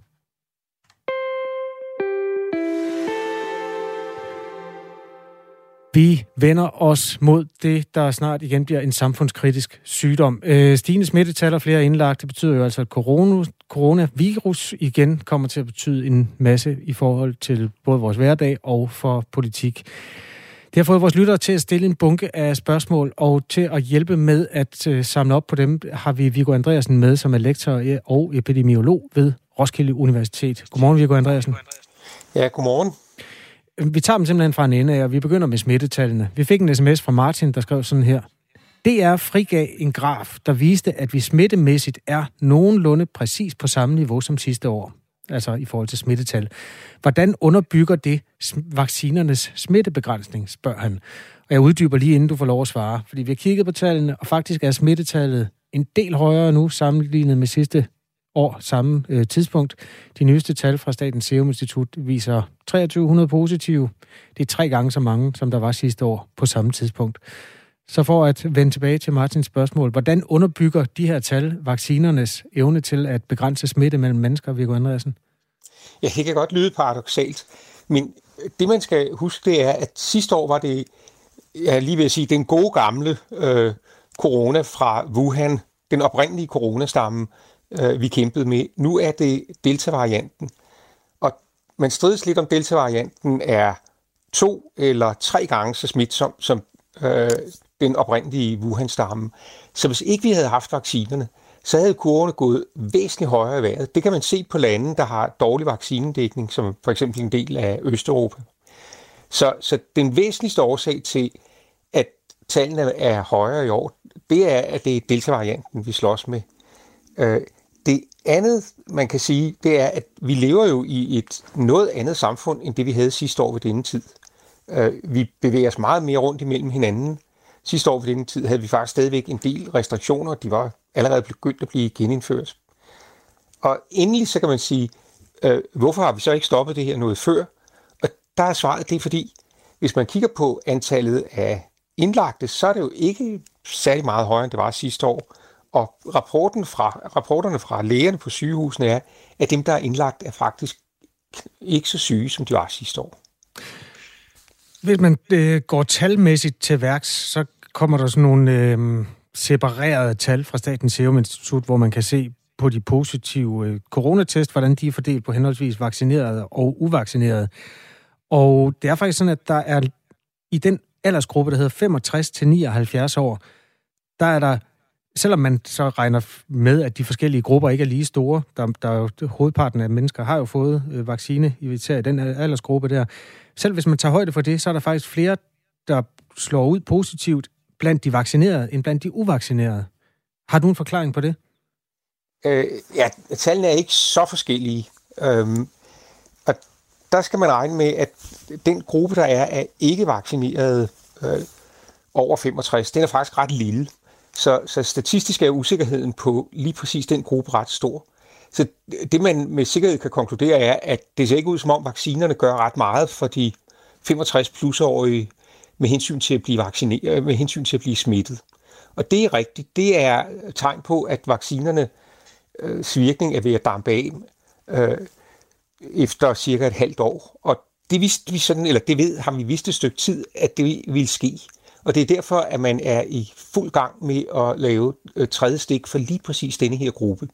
Vi vender os mod det, der snart igen bliver en samfundskritisk sygdom. Øh, stigende smittetal og flere indlagte betyder jo altså, at corona, coronavirus igen kommer til at betyde en masse i forhold til både vores hverdag og for politik. Det har fået vores lyttere til at stille en bunke af spørgsmål, og til at hjælpe med at uh, samle op på dem, har vi Viggo Andreasen med, som er lektor og epidemiolog ved Roskilde Universitet. Godmorgen, Viggo Andreasen. Ja, godmorgen. Vi tager dem simpelthen fra en ende af, og vi begynder med smittetallene. Vi fik en sms fra Martin, der skrev sådan her. D R frigav en graf, der viste, at vi smittemæssigt er nogenlunde præcis på samme niveau som sidste år. Altså i forhold til smittetal. Hvordan underbygger det vaccinernes smittebegrænsning, spørger han. Og jeg uddyber lige inden du får lov at svare. Fordi vi har kigget på tallene, og faktisk er smittetallet en del højere nu, sammenlignet med sidste år, samme øh, tidspunkt. De nyeste tal fra Statens Serum Institut viser treogtyve hundrede positive. Det er tre gange så mange, som der var sidste år på samme tidspunkt. Så for at vende tilbage til Martins spørgsmål, hvordan underbygger de her tal vaccinernes evne til at begrænse smitte mellem mennesker, Viggo Andreasen? Ja, det kan godt lyde paradoksalt, men det man skal huske, det er, at sidste år var det, jeg lige vil sige, den gode gamle øh, corona fra Wuhan, den oprindelige coronastamme, øh, vi kæmpede med. Nu er det Delta-varianten. Og man strides lidt om Delta-varianten er to eller tre gange så smitsom som øh, den oprindelige Wuhan-stamme. Så hvis ikke vi havde haft vaccinerne, så havde kurverne gået væsentligt højere i vejret. Det kan man se på lande, der har dårlig vaccinedækning, som for eksempel en del af Østeuropa. Så, så den væsentligste årsag til, at tallene er højere i år, det er, at det er Delta-varianten, vi slås med. Det andet, man kan sige, det er, at vi lever jo i et noget andet samfund, end det vi havde sidste år ved denne tid. Vi bevæger os meget mere rundt imellem hinanden. Sidste år ved denne tid havde vi faktisk stadigvæk en del restriktioner, de var allerede begyndt at blive genindført. Og endelig så kan man sige, øh, hvorfor har vi så ikke stoppet det her noget før? Og der er svaret, det er fordi, hvis man kigger på antallet af indlagte, så er det jo ikke særlig meget højere, end det var sidste år. Og rapporten fra, rapporterne fra lægerne på sygehusene er, at dem, der er indlagt, er faktisk ikke så syge, som de var sidste år. Hvis man øh, går talmæssigt til værks, så kommer der sådan nogle øh, separerede tal fra Statens Serum Institut, hvor man kan se på de positive øh, coronatest, hvordan de er fordelt på henholdsvis vaccinerede og uvaccinerede. Og det er faktisk sådan, at der er i den aldersgruppe, der hedder femogtres til nioghalvfjerds år, der er der, selvom man så regner med, at de forskellige grupper ikke er lige store, der, der er jo, hovedparten af mennesker har jo fået øh, vaccine, især i den aldersgruppe der. Selv hvis man tager højde for det, så er der faktisk flere, der slår ud positivt blandt de vaccinerede, end blandt de uvaccinerede. Har du en forklaring på det? Øh, ja, tallene er ikke så forskellige. Øhm, og der skal man regne med, at den gruppe, der er af ikke-vaccinerede øh, over femogtres, den er faktisk ret lille. Så, så statistisk er usikkerheden på lige præcis den gruppe ret stor. Så det, man med sikkerhed kan konkludere, er, at det ser ikke ud, som om vaccinerne gør ret meget for de femogtres plus-årige med hensyn til at blive vaccineret, med hensyn til at blive smittet. Og det er rigtigt. Det er tegn på, at vaccinerne øh, virkning er ved at dampe af øh, efter cirka et halvt år. Og det vidste vi sådan, eller det ved, har vi vidst et stykke tid, at det ville ske. Og det er derfor, at man er i fuld gang med at lave øh, tredje stik for lige præcis denne her gruppe.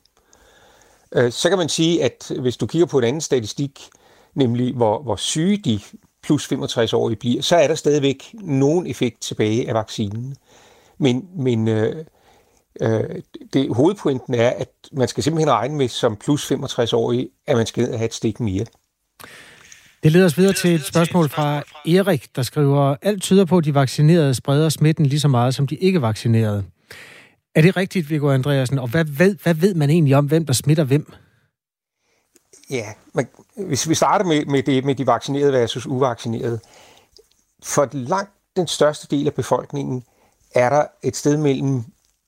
Så kan man sige, at hvis du kigger på en anden statistik, nemlig hvor, hvor syge de plus femogtres-årige bliver, så er der stadigvæk nogen effekt tilbage af vaccinen. Men, men øh, øh, det, hovedpointen er, at man skal simpelthen regne med som plus femogtres-årige, at man skal have et stik mere. Det leder os videre til et spørgsmål fra Erik, der skriver, alt tyder på, at de vaccinerede spreder smitten lige så meget som de ikke vaccinerede. Er det rigtigt, Viggo Andreasen? Og hvad ved, hvad ved man egentlig om, hvem der smitter hvem? Ja, men hvis vi starter med, med det med de vaccinerede versus uvaccinerede. For langt den største del af befolkningen er der et sted mellem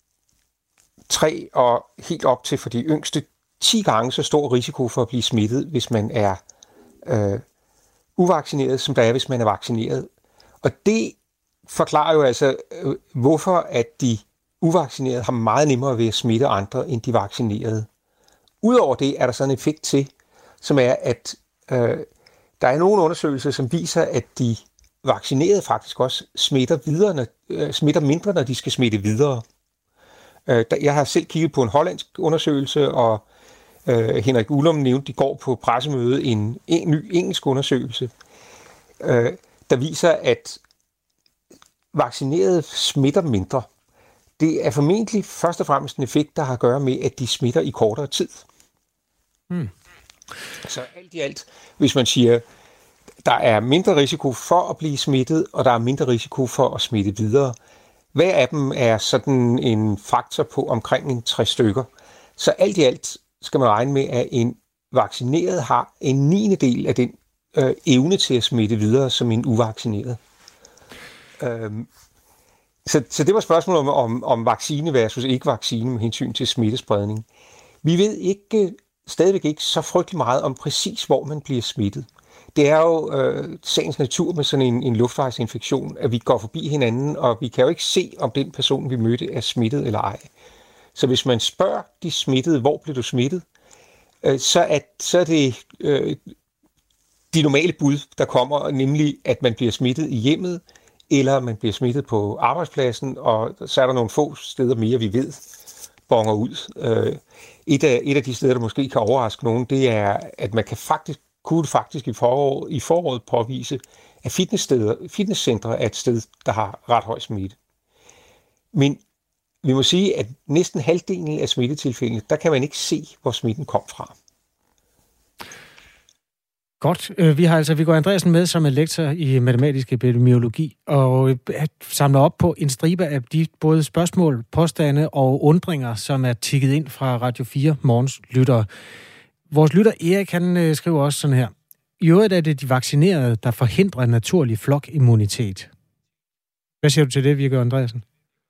tre og helt op til for de yngste ti gange så stor risiko for at blive smittet, hvis man er øh, uvaccineret, som der er, hvis man er vaccineret. Og det forklarer jo altså, øh, hvorfor at de uvaccinerede har meget nemmere ved at smitte andre end de vaccinerede. Udover det er der sådan en effekt til, som er, at øh, der er nogle undersøgelser, som viser, at de vaccinerede faktisk også smitter, videre, når, øh, smitter mindre, når de skal smitte videre. Øh, der, jeg har selv kigget på en hollandsk undersøgelse, og øh, Henrik Ullum nævnte i går på pressemøde en, en ny engelsk undersøgelse, øh, der viser, at vaccinerede smitter mindre. Det er formentlig først og fremmest en effekt, der har at gøre med, at de smitter i kortere tid. Hmm. Så alt i alt, hvis man siger, der er mindre risiko for at blive smittet, og der er mindre risiko for at smitte videre. Hver af dem er sådan en faktor på omkring en tre stykker. Så alt i alt skal man regne med, at en vaccineret har en niende del af den øh, evne til at smitte videre, som en uvaccineret. Øhm, så, så det var spørgsmålet om, om, om vaccine versus ikke vaccine med hensyn til smittespredning. Vi ved ikke, stadigvæk ikke så frygtelig meget om præcis, hvor man bliver smittet. Det er jo øh, sagens natur med sådan en, en luftvejsinfektion, at vi går forbi hinanden, og vi kan jo ikke se, om den person, vi mødte, er smittet eller ej. Så hvis man spørger de smittede, hvor blev du smittet, øh, så, er, så er det øh, de normale bud, der kommer, nemlig at man bliver smittet i hjemmet, eller man bliver smittet på arbejdspladsen, og så er der nogle få steder mere, vi ved, bonger ud. Øh, et, af, et af de steder, der måske kan overraske nogen, det er, at man kan faktisk kunne faktisk i, forår, i foråret påvise, at fitnesssteder, fitnesscentre er et sted, der har ret høj smitte. Men vi må sige, at næsten halvdelen af smittetilfældene, der kan man ikke se, hvor smitten kom fra. Godt. Vi har altså Viggo Andreasen med, som er lektor i matematisk epidemiologi, og samler op på en stribe af de både spørgsmål, påstande og undringer, som er tikket ind fra Radio fire Morgens lyttere. Vores lytter Erik, han skriver også sådan her. I øvrigt er det de vaccinerede, der forhindrer naturlig flokimmunitet. Hvad siger du til det, Viggo Andreasen?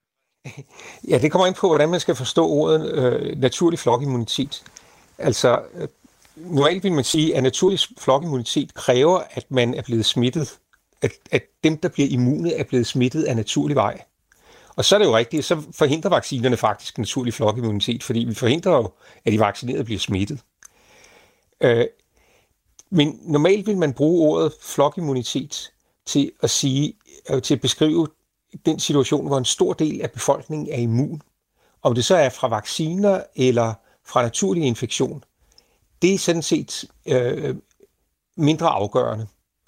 Ja, det kommer ind på, hvordan man skal forstå ordet øh, naturlig flokimmunitet. Altså, øh, normalt vil man sige, at naturlig flokimmunitet kræver, at man er blevet smittet. At, at dem, der bliver immune, er blevet smittet af naturlig vej. Og så er det jo rigtigt, så forhindrer vaccinerne faktisk naturlig flokimmunitet, fordi vi forhindrer jo, at de vaccinerede bliver smittet. Øh, men normalt vil man bruge ordet flokimmunitet til at sige, øh, til at beskrive den situation, hvor en stor del af befolkningen er immun. Om det så er fra vacciner eller fra naturlig infektion, det er sådan set øh, mindre afgørende.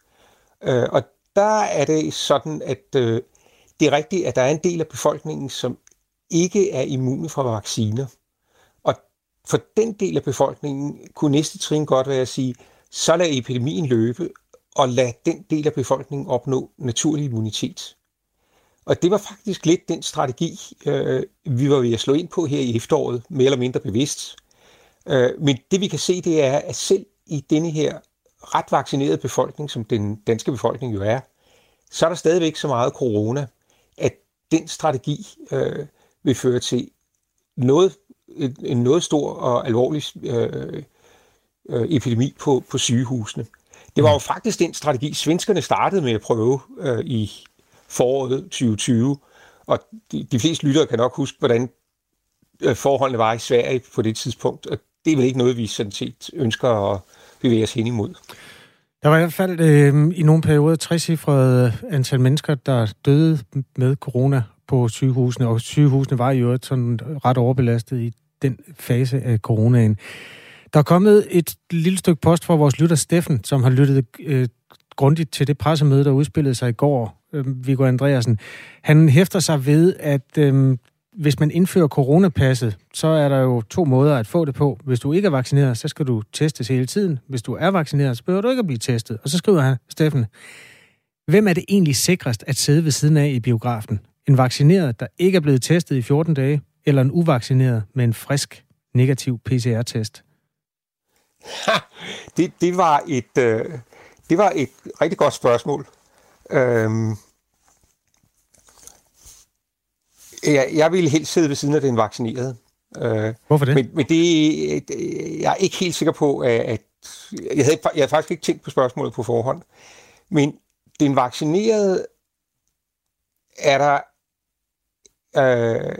Øh, og der er det sådan, at øh, det er rigtigt, at der er en del af befolkningen, som ikke er immune fra vacciner. Og for den del af befolkningen kunne næste trin godt være at sige, så lad epidemien løbe, og lad den del af befolkningen opnå naturlig immunitet. Og det var faktisk lidt den strategi, øh, vi var ved at slå ind på her i efteråret, mere eller mindre bevidst. Øh, men det vi kan se, det er, at selv i denne her ret vaccinerede befolkning, som den danske befolkning jo er, så er der stadigvæk så meget corona, at den strategi øh, vil føre til noget, en, en noget stor og alvorlig øh, øh, epidemi på, på sygehusene. Det var jo faktisk den strategi, svenskerne startede med at prøve øh, i foråret tyve tyve, og de, de fleste lyttere kan nok huske, hvordan øh, forholdene var i Sverige på det tidspunkt, og det er vel ikke noget, vi sådan set ønsker at bevæge os hen imod. Der var i hvert fald øh, i nogle perioder trecifret antal mennesker, der døde med corona på sygehusene, og sygehusene var jo sådan ret overbelastet i den fase af coronaen. Der er kommet et lille stykke post fra vores lytter Steffen, som har lyttet øh, grundigt til det pressemøde, der udspillede sig i går, øh, Viggo Andreasen. Han hæfter sig ved, at øh, hvis man indfører coronapasset, så er der jo to måder at få det på. Hvis du ikke er vaccineret, så skal du testes hele tiden. Hvis du er vaccineret, så behøver du ikke at blive testet. Og så skriver han, Steffen, hvem er det egentlig sikrest at sidde ved siden af i biografen? En vaccineret, der ikke er blevet testet i fjorten dage, eller en uvaccineret med en frisk negativ P C R-test? Ha, det, det, var et, øh, det var et rigtig godt spørgsmål. Øhm, jeg, jeg ville helst sidde ved siden af den vaccinerede. Øh, Hvorfor det? Men, men det, jeg er ikke helt sikker på, at, at jeg, havde, jeg havde faktisk ikke tænkt på spørgsmålet på forhånd. Men den vaccinerede er der øh,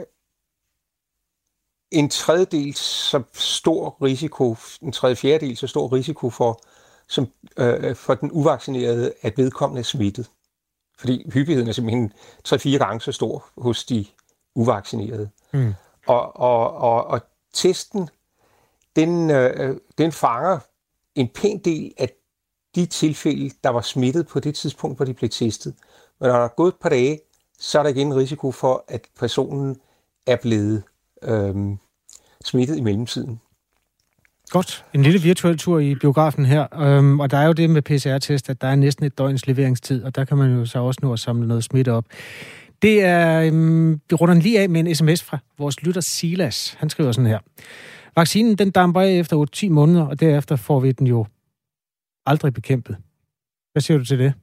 en tredjedel så stor risiko, en tredje fjerdedel så stor risiko for, som, øh, for den uvaccinerede, at vedkommende er smittet. Fordi hyppigheden er simpelthen tre-fire gange så stor hos de uvaccinerede. Mm. Og, og, og, og testen, den, øh, den fanger en pæn del af de tilfælde, der var smittet på det tidspunkt, hvor de blev testet. Men når der er gået et par dage, så er der igen en risiko for, at personen er blevet øh, smittet i mellemtiden. Godt. En lille virtuel tur i biografen her. Øhm, og der er jo det med P C R-test, at der er næsten et døgns leveringstid, og der kan man jo så også nå at samle noget smitte op. Det er, øhm, vi runder den lige af med en sms fra vores lytter Silas. Han skriver sådan her. Vaccinen, den damper af efter otte til ti måneder, og derefter får vi den jo aldrig bekæmpet. Hvad siger du til det?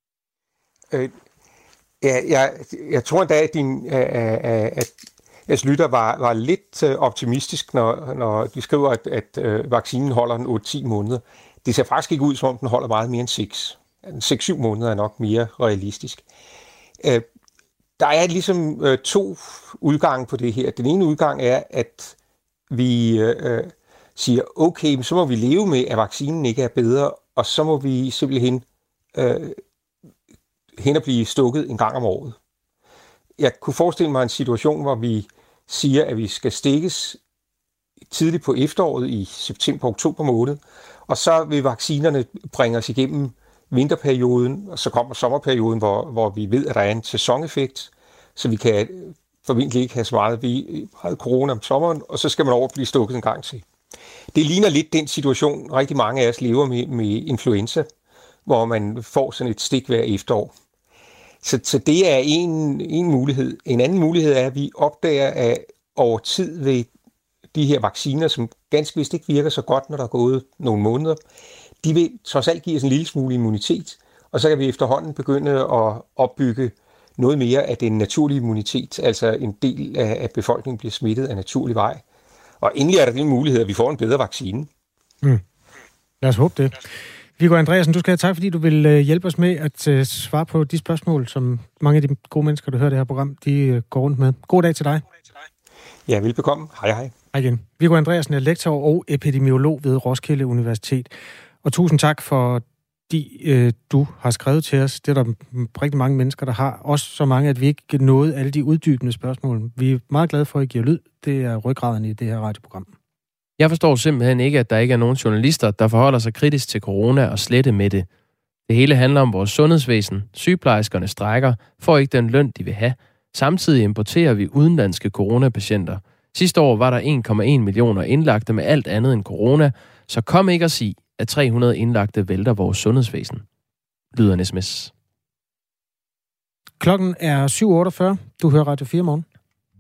Øh, ja, jeg, jeg tror endda, at din... Øh, øh, at jeres lytter var, var lidt optimistisk, når, når de skriver, at, at øh, vaccinen holder den otte til ti måneder. Det ser faktisk ikke ud, som om den holder meget mere end seks. seks til syv måneder er nok mere realistisk. Øh, der er ligesom øh, to udgange på det her. Den ene udgang er, at vi øh, siger, okay, så må vi leve med, at vaccinen ikke er bedre, og så må vi simpelthen øh, hen og blive stukket en gang om året. Jeg kunne forestille mig en situation, hvor vi siger, at vi skal stikkes tidligt på efteråret i september-oktober måned, og så vil vaccinerne bringe os igennem vinterperioden, og så kommer sommerperioden, hvor, hvor vi ved, at der er en sæsoneffekt, så vi kan formentlig ikke have så meget, meget corona om sommeren, og så skal man over blive stukket en gang til. Det ligner lidt den situation, rigtig mange af os lever med, med influenza, hvor man får sådan et stik hver efterår. Så, så det er en, en mulighed. En anden mulighed er, at vi opdager, at over tid ved de her vacciner, som ganske vist ikke virker så godt, når der er gået nogle måneder, de vil trods alt give os en lille smule immunitet, og så kan vi efterhånden begynde at opbygge noget mere af den naturlige immunitet, altså en del af, af befolkningen bliver smittet af naturlig vej. Og endelig er der den mulighed, at vi får en bedre vaccine. Mm. Lad os håbe det. Viggo Andreasen, du skal have tak, fordi du vil hjælpe os med at uh, svare på de spørgsmål, som mange af de gode mennesker, der hører det her program, de uh, går rundt med. God dag til dig. Ja, velbekomme. Hej, hej. Hej igen. Viggo Andreasen er lektor og epidemiolog ved Roskilde Universitet. Og tusind tak for, de uh, du har skrevet til os. Det er der rigtig mange mennesker, der har. Også så mange, at vi ikke nåede alle de uddybende spørgsmål. Vi er meget glade for, at I giver lyd. Det er ryggraden i det her radioprogram. Jeg forstår simpelthen ikke, at der ikke er nogen journalister, der forholder sig kritisk til corona og slette med det. Det hele handler om vores sundhedsvæsen. Sygeplejerskerne strejker, får ikke den løn, de vil have. Samtidig importerer vi udenlandske coronapatienter. Sidste år var der en komma en millioner indlagte med alt andet end corona, så kom ikke at sige, at tre hundrede indlagte vælter vores sundhedsvæsen. Lyder en sms. Klokken er syv otteogfyrre. Du hører Radio fire morgen.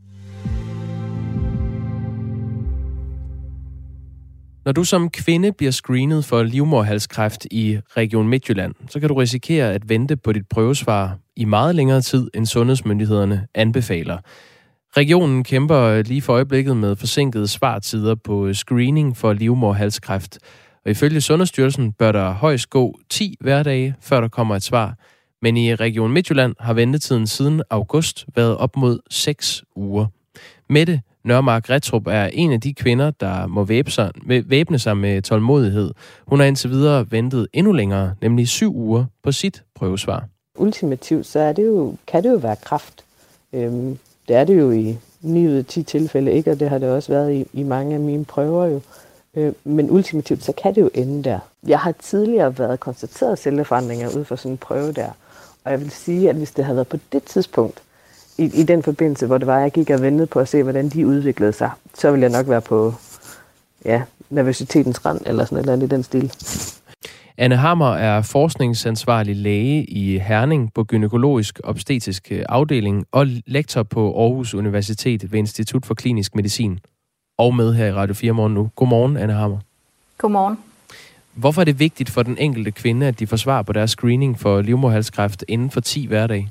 Når du som kvinde bliver screenet for livmoderhalskræft i Region Midtjylland, så kan du risikere at vente på dit prøvesvar i meget længere tid, end sundhedsmyndighederne anbefaler. Regionen kæmper lige for øjeblikket med forsinkede svartider på screening for livmoderhalskræft. Og ifølge Sundhedsstyrelsen bør der højst gå ti hverdage, før der kommer et svar. Men i Region Midtjylland har ventetiden siden august været op mod seks uger. Mette Nørmark Retrup er en af de kvinder, der må væbne sig, væbne sig med tålmodighed. Hun har indtil videre ventet endnu længere, nemlig syv uger på sit prøvesvar. Ultimativt så er det jo, kan det jo være kræft. Øhm, det er det jo i ni ud af ti tilfælde ikke, og det har det også været i, i mange af mine prøver jo. Øh, men ultimativt så kan det jo ende der. Jeg har tidligere været konstateret celleforandringer ud fra sådan en prøve der, og jeg vil sige, at hvis det havde været på det tidspunkt, i, i den forbindelse, hvor det var, jeg gik og ventede på at se, hvordan de udviklede sig, så ville jeg nok være på ja, nervøsitetens rand, eller sådan et eller andet i den stil. Anne Hammer er forskningsansvarlig læge i Herning på gynækologisk obstetrisk afdeling og lektor på Aarhus Universitet ved Institut for Klinisk Medicin. Og med her i Radio fire Morgen nu. Godmorgen, Anne Hammer. Godmorgen. Hvorfor er det vigtigt for den enkelte kvinde, at de får svar på deres screening for livmoderhalskræft inden for ti hverdage?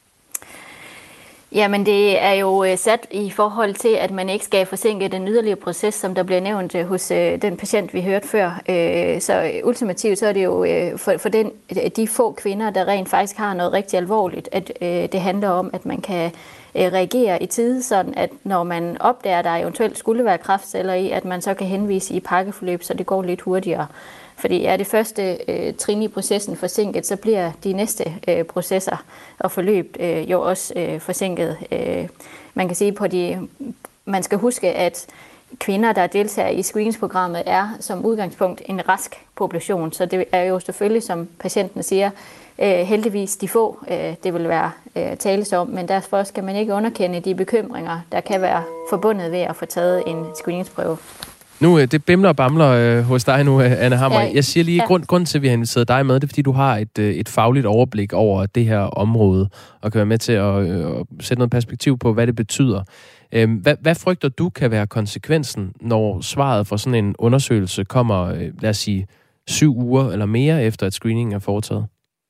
Jamen det er jo sat i forhold til, at man ikke skal forsinke den yderligere proces, som der bliver nævnt hos den patient, vi hørte før. Så ultimativt så er det jo for, for den, de få kvinder, der rent faktisk har noget rigtig alvorligt, at det handler om, at man kan reagere i tide, sådan at når man opdager, at der eventuelt skulle være kræftceller i, at man så kan henvise i pakkeforløb, så det går lidt hurtigere. Fordi er det første øh, trin i processen forsinket, så bliver de næste øh, processer og forløb øh, jo også øh, forsinket. Øh, man kan sige på de, man skal huske, at kvinder, der deltager i screeningsprogrammet, er som udgangspunkt en rask population. Så det er jo selvfølgelig, som patienten siger, øh, heldigvis de få, øh, det vil være øh, tales om, men derfor skal man ikke underkende de bekymringer, der kan være forbundet ved at få taget en screeningsprøve. Nu, det bimler og bamler øh, hos dig nu, Anne Hammer. Ja, jeg siger lige, ja. grund, grunden til, at vi har inviteret dig med, det er, fordi du har et, et fagligt overblik over det her område, og kan være med til at, øh, at sætte noget perspektiv på, hvad det betyder. Øh, hvad, hvad frygter du kan være konsekvensen, når svaret for sådan en undersøgelse kommer, øh, lad os sige, syv uger eller mere efter, at screeningen er foretaget?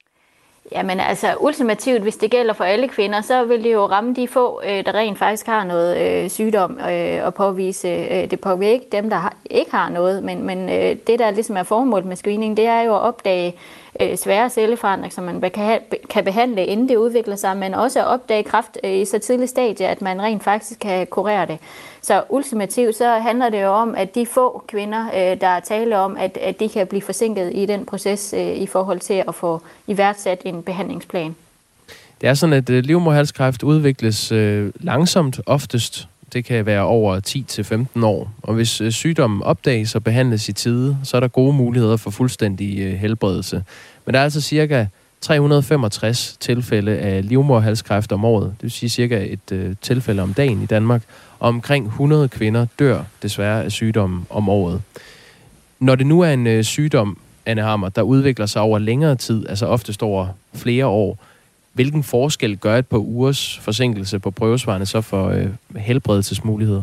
Jamen altså ultimativt, hvis det gælder for alle kvinder, så vil det jo ramme de få, øh, der rent faktisk har noget øh, sygdom øh, og påvise. Øh, det påvirker ikke dem, der har, ikke har noget, men, men øh, det, der ligesom er formålet med screening, det er jo at opdage øh, svære celleforandringer, som man kan, kan behandle, inden det udvikler sig, men også at opdage kræft øh, i så tidlig stadie, at man rent faktisk kan kurere det. Så ultimativt så handler det jo om, at de få kvinder, øh, der taler om, at, at de kan blive forsinket i den proces øh, i forhold til at få iværksat en behandlingsplan. Det er sådan, at øh, livmoderhalskræft udvikles øh, langsomt oftest. Det kan være over ti til femten år. Og hvis øh, sygdommen opdages og behandles i tide, så er der gode muligheder for fuldstændig øh, helbredelse. Men der er altså cirka tre hundrede og femogtres tilfælde af livmoderhalskræft om året. Det vil sige cirka et øh, tilfælde om dagen i Danmark. Og omkring hundrede kvinder dør desværre af sygdommen om året. Når det nu er en øh, sygdom, Anne Hammer, der udvikler sig over længere tid, altså oftest over flere år, hvilken forskel gør et par ugers forsinkelse på prøvesvarene så for øh, helbredelsesmuligheder?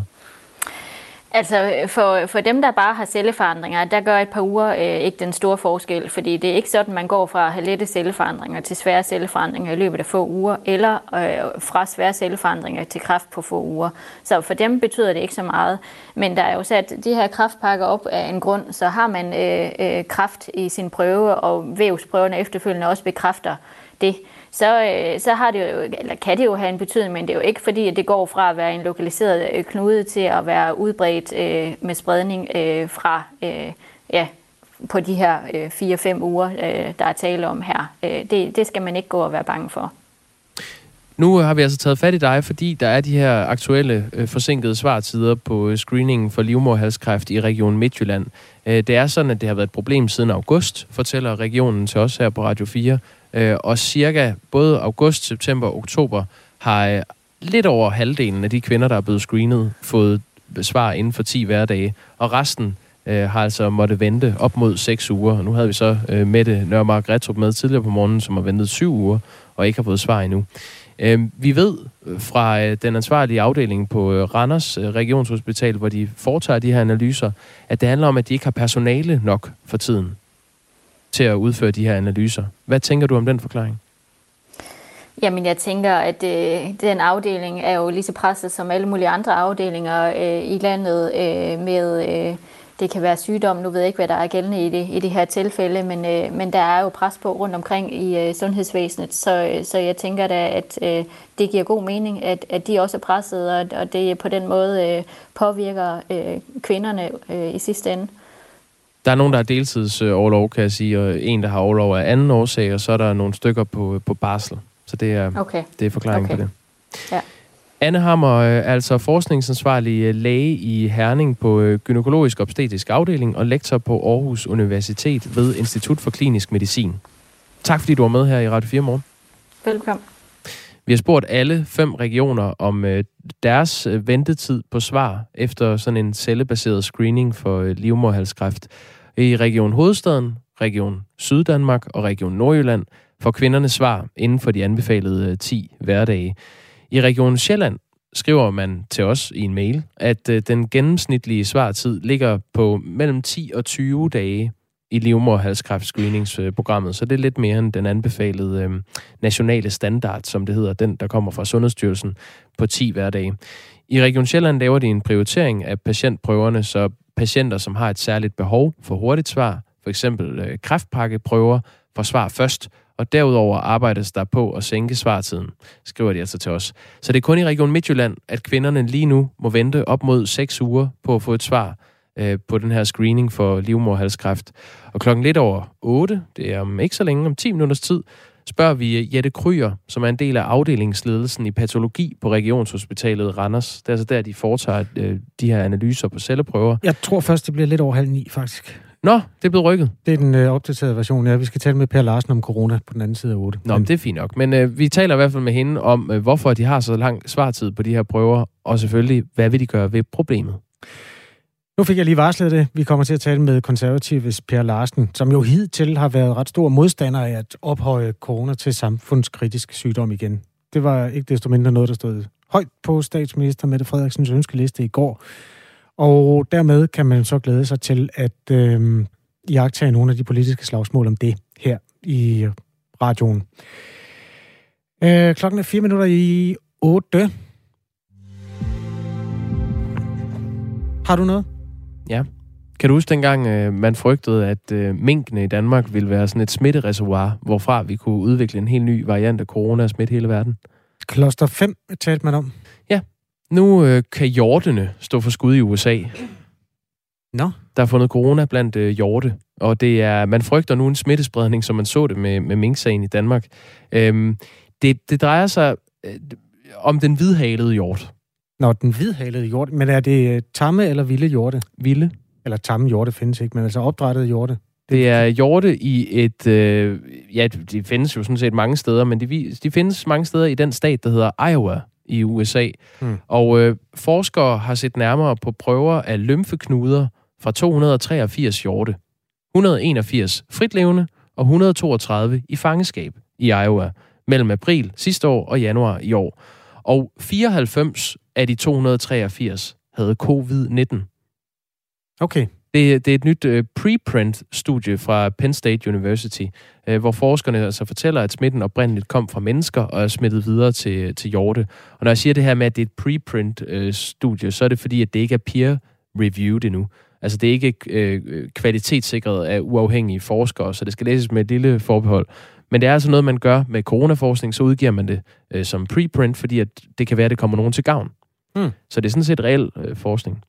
Altså for, for dem, der bare har celleforandringer, der gør et par uger øh, ikke den store forskel, fordi det er ikke sådan, man går fra at have lette celleforandringer til svære celleforandringer i løbet af få uger, eller øh, fra svære celleforandringer til kræft på få uger. Så for dem betyder det ikke så meget. Men der er jo sat de her kræftpakker op af en grund, så har man øh, øh, kræft i sin prøve, og vævsprøverne efterfølgende også bekræfter det. Så, øh, så har det jo, eller kan det jo have en betydning, men det er jo ikke fordi, at det går fra at være en lokaliseret øh, knude til at være udbredt øh, med spredning øh, fra øh, ja, på de her øh, fire fem uger, øh, der er tale om her. Øh, det, det skal man ikke gå og være bange for. Nu har vi altså taget fat i dig, fordi der er de her aktuelle øh, forsinkede svartider på screeningen for livmoderhalskræft i Region Midtjylland. Øh, det er sådan, at det har været et problem siden august, fortæller regionen til os her på Radio fire. Øh, og cirka både august, september og oktober har øh, lidt over halvdelen af de kvinder, der er blevet screenet, fået svar inden for ti hverdage. Og resten øh, har altså måtte vente op mod seks uger. Nu havde vi så øh, Mette Nørmark Retrup med tidligere på morgenen, som har ventet syv uger og ikke har fået svar endnu. Øh, vi ved fra øh, den ansvarlige afdeling på øh, Randers øh, Regionshospital, hvor de foretager de her analyser, at det handler om, at de ikke har personale nok for tiden til at udføre de her analyser. Hvad tænker du om den forklaring? Jamen, jeg tænker, at øh, den afdeling er jo lige så presset som alle mulige andre afdelinger øh, i landet øh, med, øh, det kan være sygdom, nu ved jeg ikke, hvad der er gældende i det, i det her tilfælde, men, øh, men der er jo pres på rundt omkring i øh, sundhedsvæsenet, så, så jeg tænker da, at øh, det giver god mening, at, at de også er presset, og, og det på den måde øh, påvirker øh, kvinderne øh, i sidste ende. Der er nogen, der har deltidsoverlov, kan jeg sige, og en, der har overlov af anden årsag, og så er der nogle stykker på, på barsel. Så det er, okay. det er forklaringen okay. på det. Ja. Anne Hammer er altså forskningsansvarlig læge i Herning på gynækologisk obstetrisk afdeling og lektor på Aarhus Universitet ved Institut for Klinisk Medicin. Tak fordi du var med her i Radio fire Morgen. Velkommen. Vi har spurgt alle fem regioner om øh, deres øh, ventetid på svar efter sådan en cellebaseret screening for øh, livmoderhalskræft. I Region Hovedstaden, Region Syddanmark og Region Nordjylland får kvinderne svar inden for de anbefalede øh, ti hverdage. I Region Sjælland skriver man til os i en mail, at øh, den gennemsnitlige svartid ligger på mellem ti og tyve dage i livmoderhalskræftscreeningsprogrammet, så det er lidt mere end den anbefalede øh, nationale standard, som det hedder, den der kommer fra Sundhedsstyrelsen på ti hverdage. I Region Sjælland laver de en prioritering af patientprøverne, så patienter, som har et særligt behov for hurtigt svar, for eksempel øh, kræftpakkeprøver, får svar først, og derudover arbejdes der på at sænke svartiden, skriver de altså til os. Så det er kun i Region Midtjylland, at kvinderne lige nu må vente op mod seks uger på at få et svar øh, på den her screening for livmoderhalskræft. Og klokken lidt over otte, det er om ikke så længe, om ti minutters tid, spørger vi Jette Kryer, som er en del af afdelingsledelsen i patologi på Regionshospitalet Randers. Det er altså der, de foretager øh, de her analyser på celleprøver. Jeg tror først, det bliver lidt over halv ni, faktisk. Nå, det er blevet rykket. Det er den øh, opdaterede version. Ja, vi skal tale med Per Larsen om corona på den anden side af otte. Nå, men det er fint nok. Men øh, vi taler i hvert fald med hende om, øh, hvorfor de har så lang svartid på de her prøver, og selvfølgelig, hvad vil de gøre ved problemet. Nu fik jeg lige varslet det. Vi kommer til at tale med konservatives Per Larsen, som jo hidtil har været ret stor modstander af at ophøje corona til samfundskritisk sygdom igen. Det var ikke desto mindre noget, der stod højt på statsminister Mette Frederiksens ønskeliste i går. Og dermed kan man så glæde sig til at øh, iagttage nogle af de politiske slagsmål om det her i radioen. Øh, klokken er fire minutter i otte. Har du noget? Ja. Kan du huske dengang, øh, man frygtede, at øh, minkene i Danmark ville være sådan et smittereservoir, hvorfra vi kunne udvikle en helt ny variant af corona og smitte hele verden? Kloster fem talte man om. Ja. Nu øh, kan hjortene stå for skud i U S A. Nå. Der er fundet corona blandt øh, hjorte, og det er, man frygter nu en smittespredning, som man så det med, med minksagen i Danmark. Øhm, det, det drejer sig øh, om den hvidhalede hjort. Nå, den hvidhalede hjort. Men er det tamme eller vilde hjorte? Vilde. Eller tamme hjorte findes ikke, men altså opdrættede hjorte. Det er hjorte i et... Øh, ja, de findes jo sådan set mange steder, men de, de findes mange steder i den stat, der hedder Iowa i U S A. Hmm. Og øh, forskere har set nærmere på prøver af lymfeknuder fra to hundrede og treogfirs hjorte. et hundrede og enogfirs fritlevende og et hundrede og toogtredive i fangeskab i Iowa mellem april sidste år og januar i år. Og fireoghalvfems af de to hundrede og treogfirs havde covid nitten. Okay. Det, det er et nyt uh, preprint-studie fra Penn State University, uh, hvor forskerne altså fortæller, at smitten oprindeligt kom fra mennesker og er smittet videre til, til hjorte. Og når jeg siger det her med, at det er et preprint-studie, uh, så er det fordi, at det ikke er peer-reviewed endnu. Altså det er ikke uh, kvalitetssikret af uafhængige forskere, så det skal læses med et lille forbehold. Men det er altså noget, man gør med coronaforskning, så udgiver man det uh, som preprint, fordi at det kan være, at det kommer nogen til gavn. Hmm. Så det er sådan set reel uh, forskning.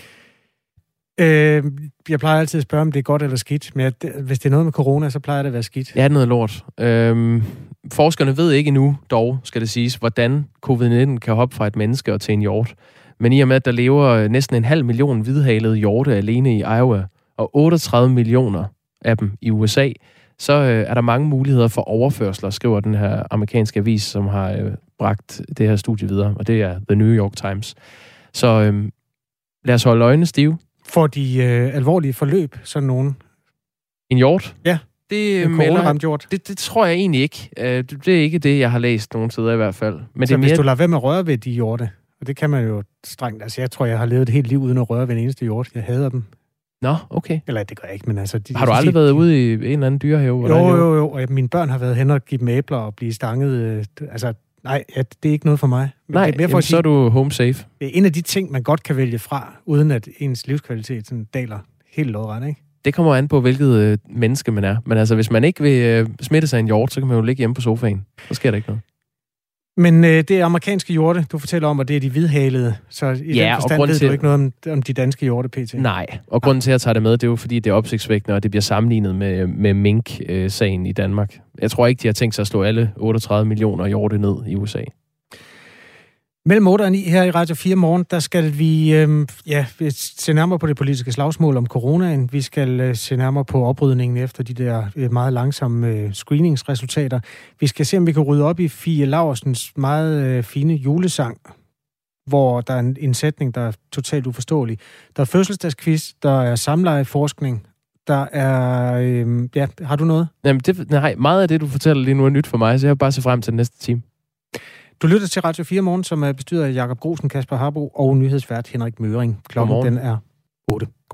Øh, jeg plejer altid at spørge, om det er godt eller skidt, men jeg, hvis det er noget med corona, så plejer det at være skidt. Ja, det er noget lort. Øhm, forskerne ved ikke endnu, dog skal det siges, hvordan covid nitten kan hoppe fra et menneske og til en hjort. Men i og med, at der lever næsten en halv million hvidhalede hjorte alene i Iowa, og otteogtredive millioner af dem i U S A, så øh, er der mange muligheder for overførsler, skriver den her amerikanske avis, som har øh, bragt det her studie videre, og det er The New York Times. Så øh, lad os holde øjnene stive. Får de øh, alvorlige forløb, sådan nogen? En hjort? Ja, det en coronaramt hjort. Det, det tror jeg egentlig ikke. Det, det er ikke det, jeg har læst nogen steder i hvert fald. Men så det er mere... hvis du lader være med at røre ved de hjorte, og det kan man jo strengt. Altså, jeg tror, jeg har levet et helt liv uden at røre ved en eneste hjort. Jeg hader dem. Nå, okay. Eller det gør jeg ikke, men altså... De, har du aldrig de, været ude i en eller anden dyrehave? Jo, jo, jo, og mine børn har været hen og give dem æbler og blive stanget. Øh, altså, nej, ja, det er ikke noget for mig. Men nej, det er mere for jamen, at sige, så er du home safe. Det er en af de ting, man godt kan vælge fra, uden at ens livskvalitet sådan daler helt lodret, ikke? Det kommer an på, hvilket øh, menneske man er. Men altså, hvis man ikke vil øh, smitte sig en hjort, så kan man jo ligge hjemme på sofaen. Så sker der ikke noget. Men øh, det er amerikanske hjorte, du fortæller om, og det er de hvidhalede. Så i ja, den forstand ved til... du ikke noget om, om de danske hjorte, P T. Nej, og grunden til, at jeg tager det med, det er jo, fordi det er opsigtsvækkende, og det bliver sammenlignet med, med mink-sagen i Danmark. Jeg tror ikke, de har tænkt sig at slå alle otteogtredive millioner hjorte ned i U S A. Mellem otte og ni her i Radio fire Morgen, der skal vi øh, ja, se nærmere på det politiske slagsmål om coronaen. Vi skal øh, se nærmere på oprydningen efter de der øh, meget langsomme øh, screeningsresultater. Vi skal se, om vi kan rydde op i Fie Laursens meget øh, fine julesang, hvor der er en, en sætning, der er totalt uforståelig. Der er fødselsdagsquiz, der er samlejeforskning, der er... Øh, ja, har du noget? Jamen, det, nej, meget af det, du fortæller lige nu er nyt for mig, så jeg vil bare se frem til den næste time. Du lytter til Radio fire Morgen, som er bestyret af Jakob Grosen, Kasper Harbo og nyhedsvært Henrik Møring. Klokken den er otte.